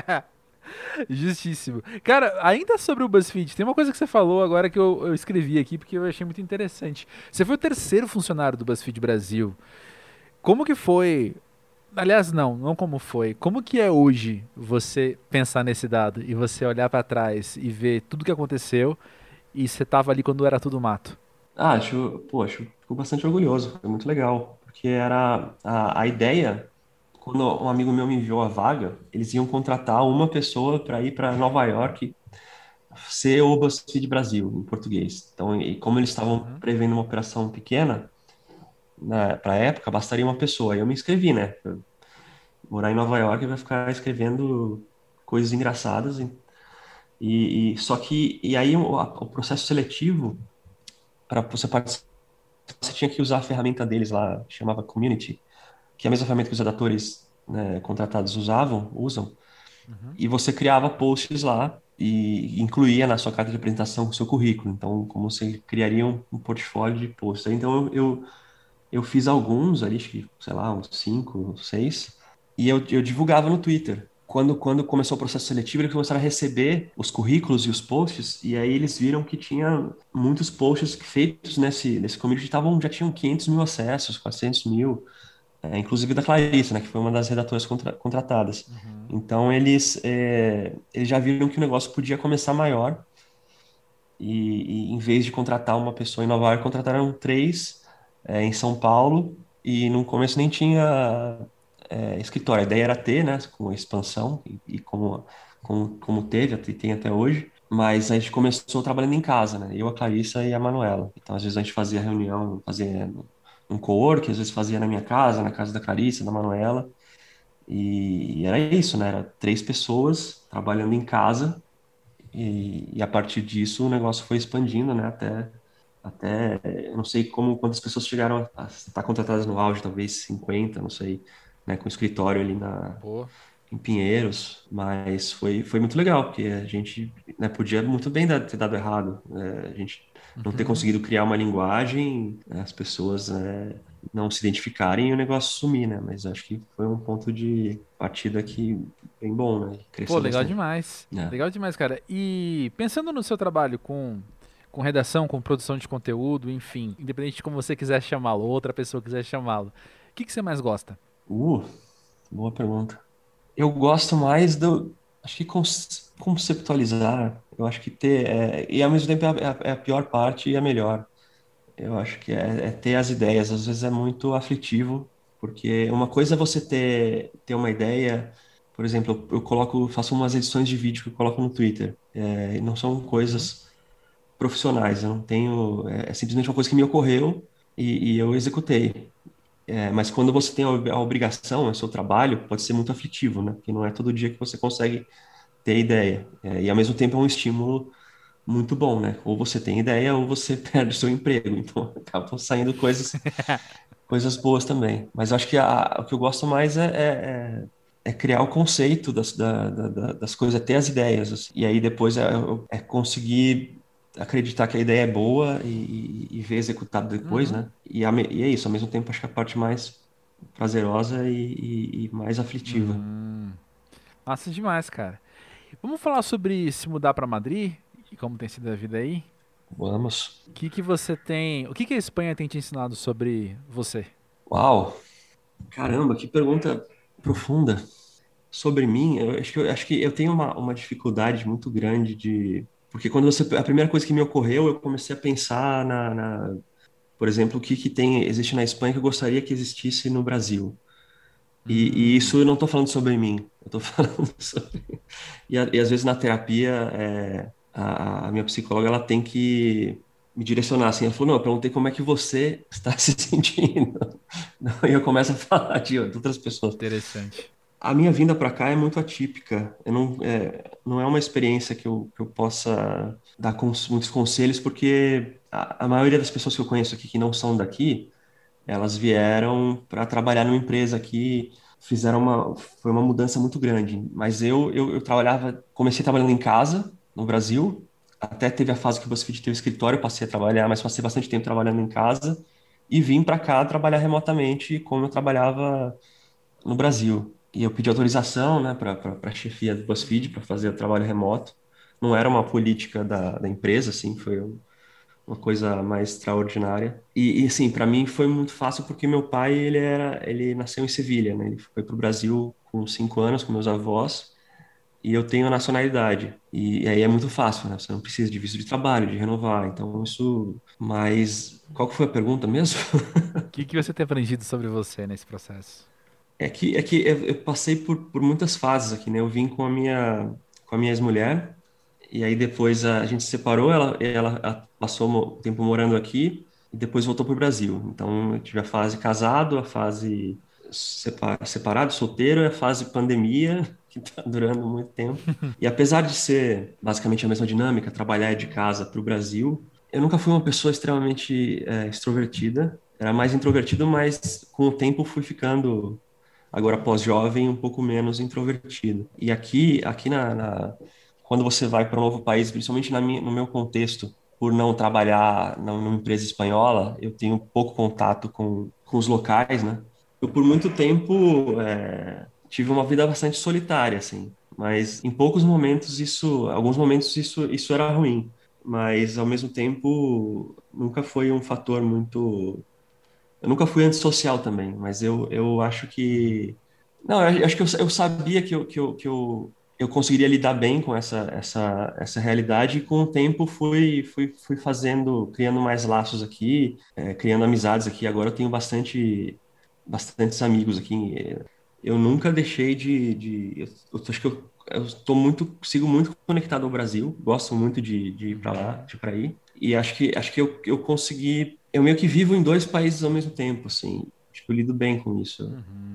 Justíssimo. Cara, ainda sobre o BuzzFeed, tem uma coisa que você falou agora que eu escrevi aqui porque eu achei muito interessante. Você foi o terceiro funcionário do BuzzFeed Brasil. Como que foi? Aliás, não como foi. Como que é hoje você pensar nesse dado e você olhar pra trás e ver tudo que aconteceu e você tava ali quando era tudo mato? Poxa, fico bastante orgulhoso, foi muito legal, porque era a ideia, quando um amigo meu me enviou a vaga, eles iam contratar uma pessoa para ir para Nova York ser o BuzzFeed Brasil, em português. Então, e como eles estavam Uhum. prevendo uma operação pequena, para a época, bastaria uma pessoa. Aí eu me inscrevi, né? Morar em Nova York vai ficar escrevendo coisas engraçadas. Só que, e aí o processo seletivo, para você participar, você tinha que usar a ferramenta deles lá, chamava Community, que é a mesma ferramenta que os redatores, né, contratados usam, Uhum. e você criava posts lá e incluía na sua carta de apresentação o seu currículo. Então, como você criaria um portfólio de posts. Então, eu fiz alguns ali, acho que, sei lá, uns cinco, seis, e eu divulgava no Twitter. Quando começou o processo seletivo, eles começaram a receber os currículos e os posts, e aí eles viram que tinha muitos posts feitos nesse community já tinham 500 mil acessos, 400 mil, inclusive da Clarissa, né, que foi uma das redatoras contratadas. Uhum. Então eles já viram que o negócio podia começar maior, e em vez de contratar uma pessoa em Nova York, contrataram três em São Paulo, e no começo nem tinha escritório. A ideia era ter, né, com a expansão, e como teve, tem até hoje, mas a gente começou trabalhando em casa, né, eu, a Clarissa e a Manuela. Então, às vezes a gente fazia reunião, fazia um cowork, às vezes fazia na minha casa, na casa da Clarissa, da Manuela, E era isso, né? Era 3 pessoas trabalhando em casa e a partir disso o negócio foi expandindo, né? Até eu não sei quantas pessoas chegaram a estar contratadas no auge, talvez 50, não sei, né? Com escritório ali Pô, em Pinheiros, mas foi muito legal, porque a gente, né, podia muito bem ter dado errado, né, a gente não ter uhum. conseguido criar uma linguagem, né, as pessoas, né, não se identificarem e o negócio sumir, né? Mas acho que foi um ponto de partida que bem bom, né? Pô, Cresceu legal bastante. demais. É. Legal demais, cara. E pensando no seu trabalho com redação, com produção de conteúdo, enfim, independente de como você quiser chamá-lo, ou outra pessoa quiser chamá-lo, o que que você mais gosta? Uh, Boa pergunta. Eu gosto mais acho que conceptualizar, eu acho que e ao mesmo tempo é a pior parte e a melhor. Eu acho que é ter as ideias. Às vezes é muito aflitivo, porque uma coisa é você ter uma ideia. Por exemplo, faço umas edições de vídeo que eu coloco no Twitter. E não são Uhum. coisas profissionais. Eu não tenho. É simplesmente uma coisa que me ocorreu e eu executei. Mas quando você tem a obrigação, é o seu trabalho, pode ser muito aflitivo, né? Porque não é todo dia que você consegue ter ideia. E ao mesmo tempo é um estímulo muito bom, né? Ou você tem ideia ou você perde o seu emprego. Então acabam saindo coisas boas também. Mas eu acho que o que eu gosto mais é criar o conceito das coisas, ter as ideias, assim. E aí depois é conseguir acreditar que a ideia é boa e ver executado depois, Uhum. né? E é isso, ao mesmo tempo acho que a parte mais prazerosa e mais aflitiva. Hum, massa demais, cara. Vamos falar sobre se mudar pra Madrid e como tem sido a vida aí? Vamos. O que que você tem, o que que a Espanha tem te ensinado sobre você? Uau! Caramba, que pergunta profunda. Sobre mim, eu acho que eu tenho uma dificuldade muito grande porque quando a primeira coisa que me ocorreu, eu comecei a pensar por exemplo, o que existe na Espanha que eu gostaria que existisse no Brasil. E Hum, isso eu não estou falando sobre mim, eu estou falando sobre... E às vezes na terapia, a minha psicóloga, ela tem que me direcionar, assim, ela falou, não, eu perguntei como é que você está se sentindo. Não, e eu começo a falar de outras pessoas. interessante. A minha vinda para cá é muito atípica. Eu não é uma experiência que eu possa dar muitos conselhos, porque a maioria das pessoas que eu conheço aqui que não são daqui, elas vieram para trabalhar numa empresa aqui, foi uma mudança muito grande. Mas eu comecei trabalhando em casa, no Brasil, até teve a fase que o BuzzFeed teve escritório, eu passei a trabalhar, mas passei bastante tempo trabalhando em casa, e vim para cá trabalhar remotamente, como eu trabalhava no Brasil. E eu pedi autorização, né, para a chefia do BuzzFeed para fazer o trabalho remoto. Não era uma política da empresa, assim, foi uma coisa mais extraordinária. Assim, para mim foi muito fácil porque meu pai, ele nasceu em Sevilha, né? Ele foi para o Brasil com 5 anos com meus avós e eu tenho a nacionalidade. E aí é muito fácil, né? Você não precisa de visto de trabalho, de renovar. Então isso. Mas qual que foi a pergunta mesmo? O que que você tem aprendido sobre você nesse processo? É que eu passei por muitas fases aqui, né? Eu vim com a minha ex-mulher, e aí depois a gente se separou, ela passou o tempo morando aqui, e depois voltou para o Brasil. Então eu tive a fase casado, a fase separado, solteiro, e a fase pandemia, que está durando muito tempo. E apesar de ser basicamente a mesma dinâmica, trabalhar de casa para o Brasil, eu nunca fui uma pessoa extremamente extrovertida. Era mais introvertido, mas com o tempo fui ficando agora pós-jovem, um pouco menos introvertido. E aqui quando você vai para um novo país, principalmente no meu contexto, por não trabalhar numa empresa espanhola, eu tenho pouco contato com os locais, né? Eu, por muito tempo, tive uma vida bastante solitária, assim. Mas em alguns momentos isso era ruim. Mas, ao mesmo tempo, nunca foi um fator muito. Eu nunca fui antissocial também, mas eu acho que. Não, eu acho que eu sabia que eu conseguiria lidar bem com essa realidade e com o tempo fui criando mais laços aqui, criando amizades aqui. Agora eu tenho bastantes amigos aqui. Eu nunca deixei eu acho que eu estou sigo muito conectado ao Brasil, gosto muito de ir para lá, Uhum. de ir para aí. E acho que eu consegui. Eu meio que vivo em 2 países ao mesmo tempo, assim. Acho que eu lido bem com isso. Uhum.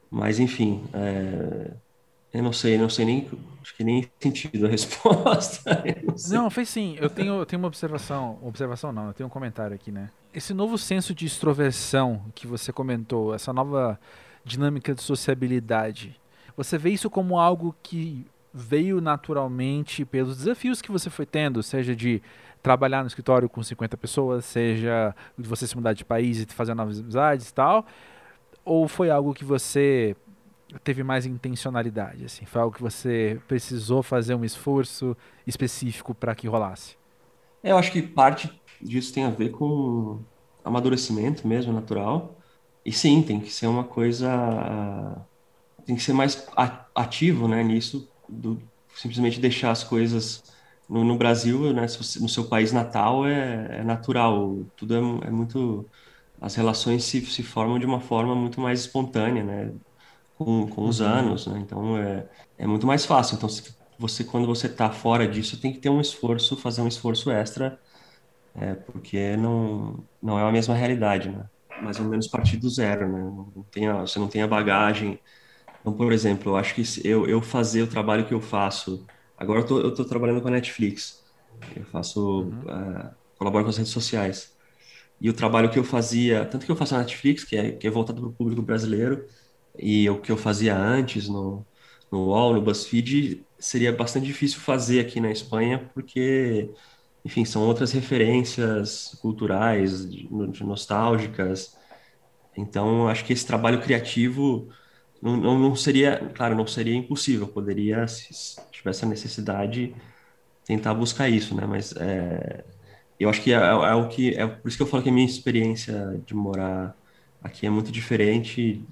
Mas, enfim, eu não sei nem, acho que nem sentido a resposta, eu não Não, sei. fez sim. Eu tenho uma observação não, eu tenho um comentário aqui, né? Esse novo senso de extroversão que você comentou, essa nova dinâmica de sociabilidade, você vê isso como algo que veio naturalmente pelos desafios que você foi tendo, seja de trabalhar no escritório com 50 pessoas, seja de você se mudar de país e fazer novas amizades e tal, ou foi algo que você teve mais intencionalidade, assim? Foi algo que você precisou fazer um esforço específico para que rolasse? Eu acho que parte disso tem a ver com amadurecimento mesmo, natural. E sim, tem que ser uma coisa, tem que ser mais ativo, né, nisso, simplesmente deixar as coisas no Brasil, né, no seu país natal é natural, tudo é muito, as relações se formam de uma forma muito mais espontânea, né, com os Uhum. anos, né, então é muito mais fácil. Então, quando você está fora disso, tem que ter um esforço, fazer um esforço extra, porque não é a mesma realidade, né? Mais ou menos partir do zero, né? Você não tem a bagagem. Então, por exemplo, eu acho que se eu fazer o trabalho que eu faço, agora eu tô trabalhando com a Netflix, eu faço, Uhum. colaboro com as redes sociais. E o trabalho que eu fazia, tanto que eu faço na Netflix, que é voltado para o público brasileiro, e o que eu fazia antes no UOL, no BuzzFeed, seria bastante difícil fazer aqui na Espanha, porque, enfim, são outras referências culturais, de nostálgicas. Então, acho que esse trabalho criativo não seria, claro, não seria impossível. Eu poderia, se tivesse a necessidade, tentar buscar isso, né? Mas eu acho que é o que é por isso que eu falo que a minha experiência de morar aqui é muito diferente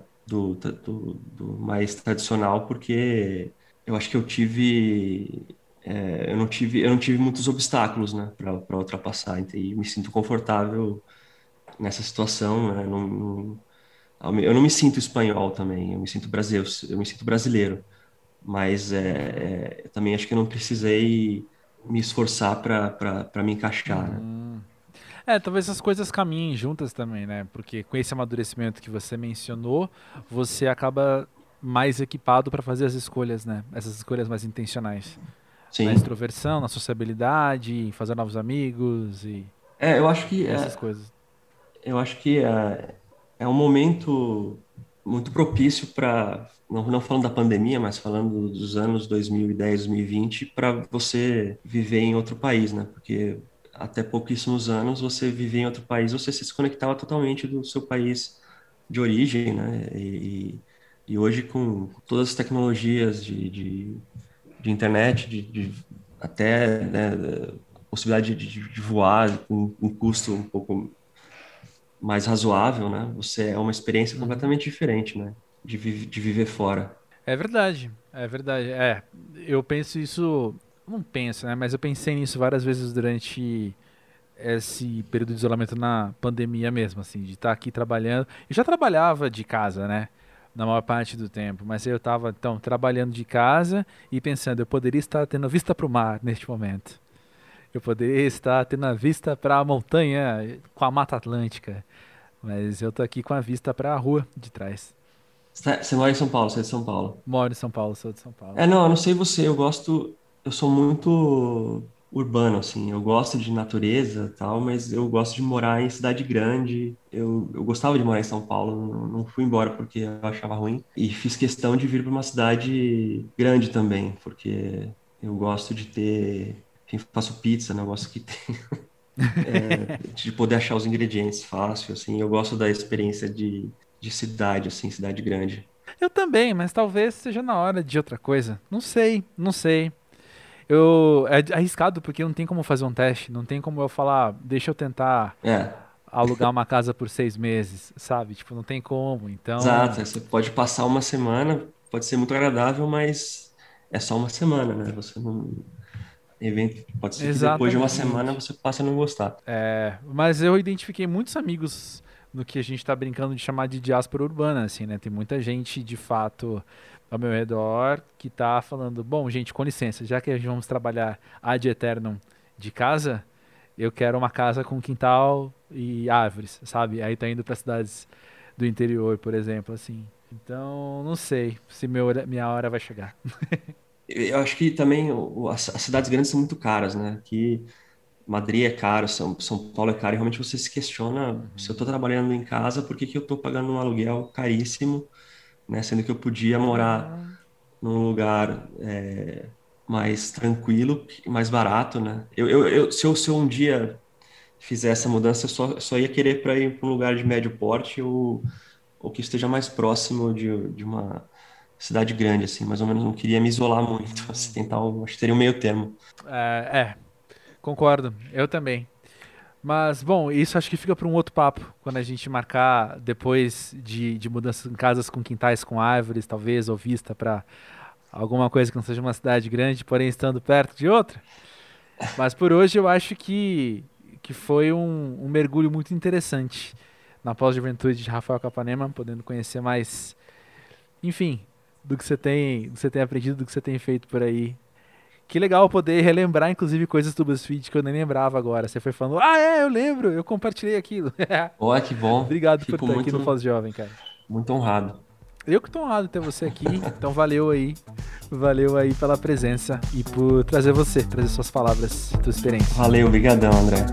do mais tradicional, porque eu acho que eu não tive muitos obstáculos, né, para ultrapassar. E me sinto confortável nessa situação, né? Eu não me sinto espanhol também, eu me sinto brasileiro, mas eu também acho que eu não precisei me esforçar para me encaixar, né? Uhum. É, talvez as coisas caminhem juntas também, né? Porque com esse amadurecimento que você mencionou, você acaba mais equipado para fazer as escolhas, né? Essas escolhas mais intencionais. Na Sim. extroversão, na sociabilidade, em fazer novos amigos É, e essas coisas. eu acho que é um momento muito propício para, não falando da pandemia, mas falando dos anos 2010, 2020, para você viver em outro país, né? Porque até pouquíssimos anos você vivia em outro país, você se desconectava totalmente do seu país de origem, né? E hoje, com todas as tecnologias de internet, até, né, a possibilidade de voar com um custo um pouco mais razoável, né? Você é uma experiência Uhum. completamente diferente, né? De viver fora. É verdade, é verdade. É, eu penso isso, não penso, né? Mas eu pensei nisso várias vezes durante esse período de isolamento na pandemia mesmo, assim, de estar aqui trabalhando. Eu já trabalhava de casa, né? Na maior parte do tempo, mas eu estava então trabalhando de casa e pensando, eu poderia estar tendo vista para o mar neste momento. Eu poderia estar tendo a vista para a montanha com a Mata Atlântica, mas eu tô aqui com a vista para a rua de trás. Você mora em São Paulo, você é de São Paulo. Moro em São Paulo, sou de São Paulo. É, não, eu não sei você, eu sou muito urbano, assim, eu gosto de natureza e tal, mas eu gosto de morar em cidade grande. Eu gostava de morar em São Paulo, não fui embora porque eu achava ruim. E fiz questão de vir para uma cidade grande também, porque eu gosto de ter, enfim, faço pizza, né? Eu gosto que de poder achar os ingredientes fácil, assim. Eu gosto da experiência de cidade, assim, cidade grande. Eu também, mas talvez seja na hora de outra coisa. Não sei, não sei. Eu é arriscado porque não tem como fazer um teste, não tem como eu falar, deixa eu tentar É, alugar uma casa por 6 meses, sabe? Tipo, não tem como. Então, exato. Você pode passar uma semana, pode ser muito agradável, mas é só uma semana, né? Você não. Pode ser que depois de uma semana exatamente. você passe a não gostar. É, mas eu identifiquei muitos amigos no que a gente tá brincando de chamar de diáspora urbana, assim, né? Tem muita gente, de fato, ao meu redor que tá falando, bom, gente, com licença, já que a gente vamos trabalhar ad eternum de casa, eu quero uma casa com quintal e árvores, sabe? Aí tá indo para cidades do interior, por exemplo, assim. Então, não sei se minha hora vai chegar. Eu acho que também as cidades grandes são muito caras, né? Que Madrid é caro, São Paulo é caro, e realmente você se questiona se eu Uhum. estou trabalhando em casa, por que que eu estou pagando um aluguel caríssimo, né? Sendo que eu podia morar Aham. num lugar mais tranquilo, mais barato, né? Se eu um dia fizer essa mudança, eu só ia querer para ir para um lugar de médio porte ou que esteja mais próximo de uma cidade grande, assim, mais ou menos não queria me isolar muito, assim, Hum. tentar, acho que teria um meio termo. É, concordo. Eu também. Mas, bom, isso acho que fica para um outro papo, quando a gente marcar depois de mudanças em casas com quintais com árvores, talvez, ou vista para alguma coisa que não seja uma cidade grande, porém estando perto de outra. Mas por hoje eu acho que foi um mergulho muito interessante na pós-juventude de Rafael Capanema, podendo conhecer mais, enfim, do que você tem aprendido, do que você tem feito por aí. Que legal poder relembrar, inclusive, coisas do BuzzFeed que eu nem lembrava agora. Você foi falando, eu lembro, eu compartilhei aquilo. Olha que bom, Obrigado por fico estar aqui no muito, Pós-Jovem, cara. muito honrado. Eu que tô honrado de ter você aqui, então valeu aí pela presença e por trazer suas palavras, sua experiência. Valeu, obrigadão, André.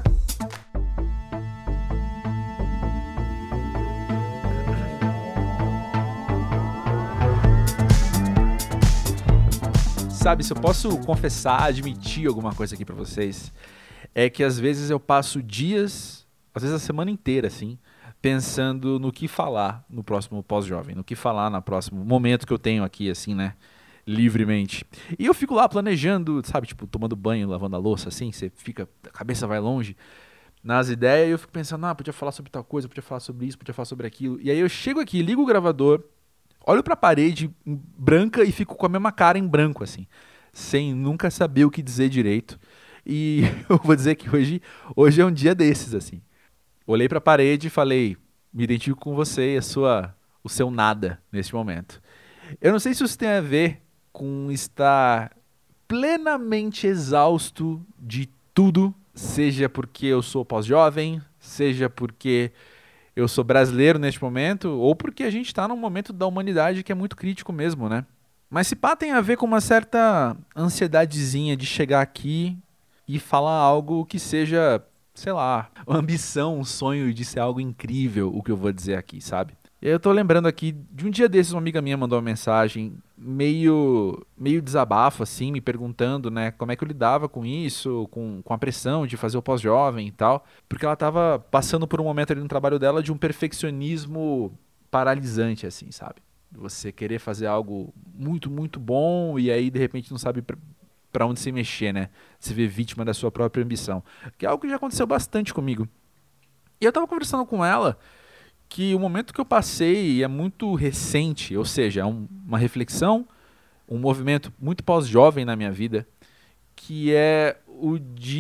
Sabe, se eu posso confessar, admitir alguma coisa aqui pra vocês, é que às vezes eu passo dias, às vezes a semana inteira, assim, pensando no que falar no próximo pós-jovem, no que falar no próximo momento que eu tenho aqui, assim, né? Livremente. E eu fico lá planejando, sabe, tipo, tomando banho, lavando a louça, assim, você fica, a cabeça vai longe nas ideias e eu fico pensando, podia falar sobre tal coisa, podia falar sobre isso, podia falar sobre aquilo. E aí eu chego aqui, ligo o gravador, olho pra parede branca e fico com a mesma cara em branco, assim, sem nunca saber o que dizer direito. E eu vou dizer que hoje é um dia desses, assim. Olhei pra parede e falei, me identifico com você e o seu nada neste momento. Eu não sei se isso tem a ver com estar plenamente exausto de tudo, seja porque eu sou pós-jovem, seja porque eu sou brasileiro neste momento, ou porque a gente está num momento da humanidade que é muito crítico mesmo, né? Mas se pá tem a ver com uma certa ansiedadezinha de chegar aqui e falar algo que seja, sei lá, uma ambição, um sonho de ser algo incrível, o que eu vou dizer aqui, sabe? E aí eu tô lembrando aqui de um dia desses, uma amiga minha mandou uma mensagem meio desabafo, assim, me perguntando, né, como é que eu lidava com isso, com a pressão de fazer o pós-jovem e tal, porque ela tava passando por um momento ali no trabalho dela de um perfeccionismo paralisante, assim, sabe? Você querer fazer algo muito, muito bom e aí de repente não sabe pra onde se mexer, né? Se vê vítima da sua própria ambição. Que é algo que já aconteceu bastante comigo. E eu tava conversando com ela que o momento que eu passei é muito recente, ou seja, é uma reflexão, um movimento muito pós-jovem na minha vida, que é o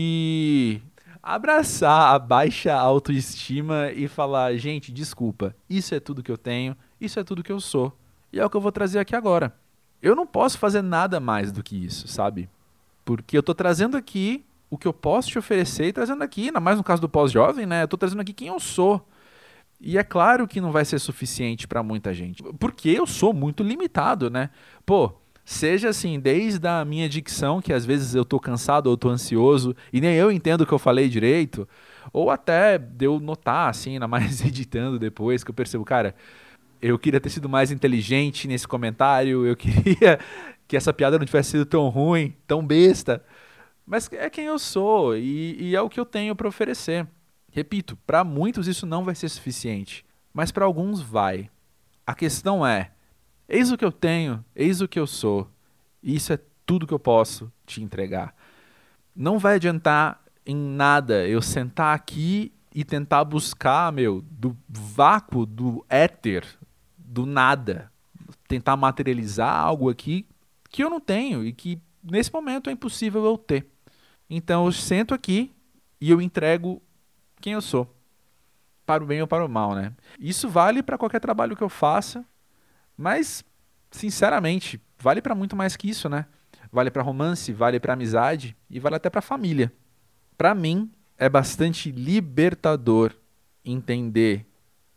de abraçar a baixa autoestima e falar, gente, desculpa, isso é tudo que eu tenho, isso é tudo que eu sou. E é o que eu vou trazer aqui agora. Eu não posso fazer nada mais do que isso, sabe? Porque eu tô trazendo aqui o que eu posso te oferecer e trazendo aqui, ainda mais no caso do pós-jovem, né? Eu tô trazendo aqui quem eu sou. E é claro que não vai ser suficiente para muita gente, porque eu sou muito limitado, né? Pô, seja assim, desde a minha dicção, que às vezes eu tô cansado ou tô ansioso e nem eu entendo o que eu falei direito, ou até de eu notar, assim, ainda mais editando depois, que eu percebo, cara, eu queria ter sido mais inteligente nesse comentário, eu queria que essa piada não tivesse sido tão ruim, tão besta, mas é quem eu sou e é o que eu tenho para oferecer. Repito, para muitos isso não vai ser suficiente, mas para alguns vai. A questão é: eis o que eu tenho, eis o que eu sou, e isso é tudo que eu posso te entregar. Não vai adiantar em nada eu sentar aqui e tentar buscar, meu, do vácuo, do éter, do nada, tentar materializar algo aqui que eu não tenho e que nesse momento é impossível eu ter. Então eu sento aqui e eu entrego quem eu sou, para o bem ou para o mal, né? Isso vale para qualquer trabalho que eu faça, mas sinceramente, vale para muito mais que isso, né? Vale para romance, vale para amizade e vale até para família. Para mim é bastante libertador entender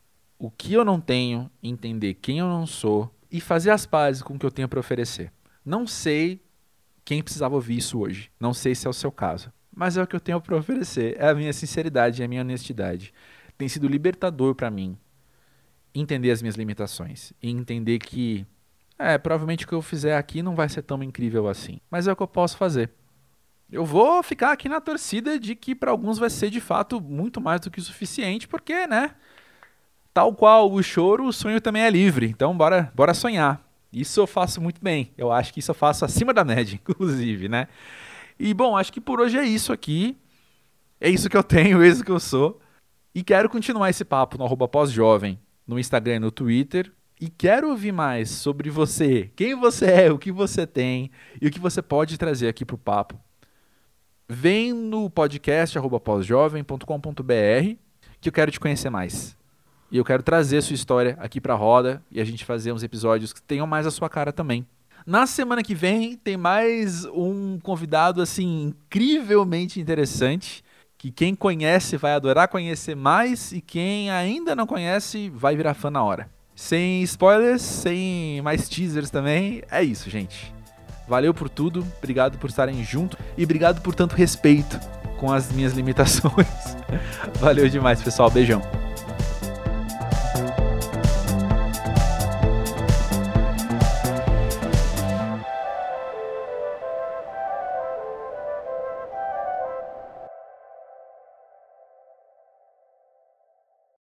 o que eu não tenho, entender quem eu não sou e fazer as pazes com o que eu tenho para oferecer. Não sei quem precisava ouvir isso hoje. Não sei se é o seu caso. Mas é o que eu tenho para oferecer. É a minha sinceridade, é a minha honestidade. Tem sido libertador para mim entender as minhas limitações e entender que provavelmente o que eu fizer aqui não vai ser tão incrível assim. Mas é o que eu posso fazer. Eu vou ficar aqui na torcida de que para alguns vai ser de fato muito mais do que o suficiente, porque, né? Tal qual o choro, o sonho também é livre. Então bora sonhar. Isso eu faço muito bem. Eu acho que isso eu faço acima da média, inclusive, né? E bom, acho que por hoje é isso aqui. É isso que eu tenho, é isso que eu sou. E quero continuar esse papo no @pós-jovem, no Instagram e no Twitter. E quero ouvir mais sobre você. Quem você é, o que você tem e o que você pode trazer aqui pro papo. Vem no podcast @pósjovem.com.br que eu quero te conhecer mais. E eu quero trazer sua história aqui pra roda e a gente fazer uns episódios que tenham mais a sua cara também. Na semana que vem tem mais um convidado assim incrivelmente interessante, que quem conhece vai adorar conhecer mais e quem ainda não conhece vai virar fã na hora. Sem spoilers, sem mais teasers também, é isso, gente. Valeu por tudo, obrigado por estarem junto e obrigado por tanto respeito com as minhas limitações. Valeu demais, pessoal, beijão.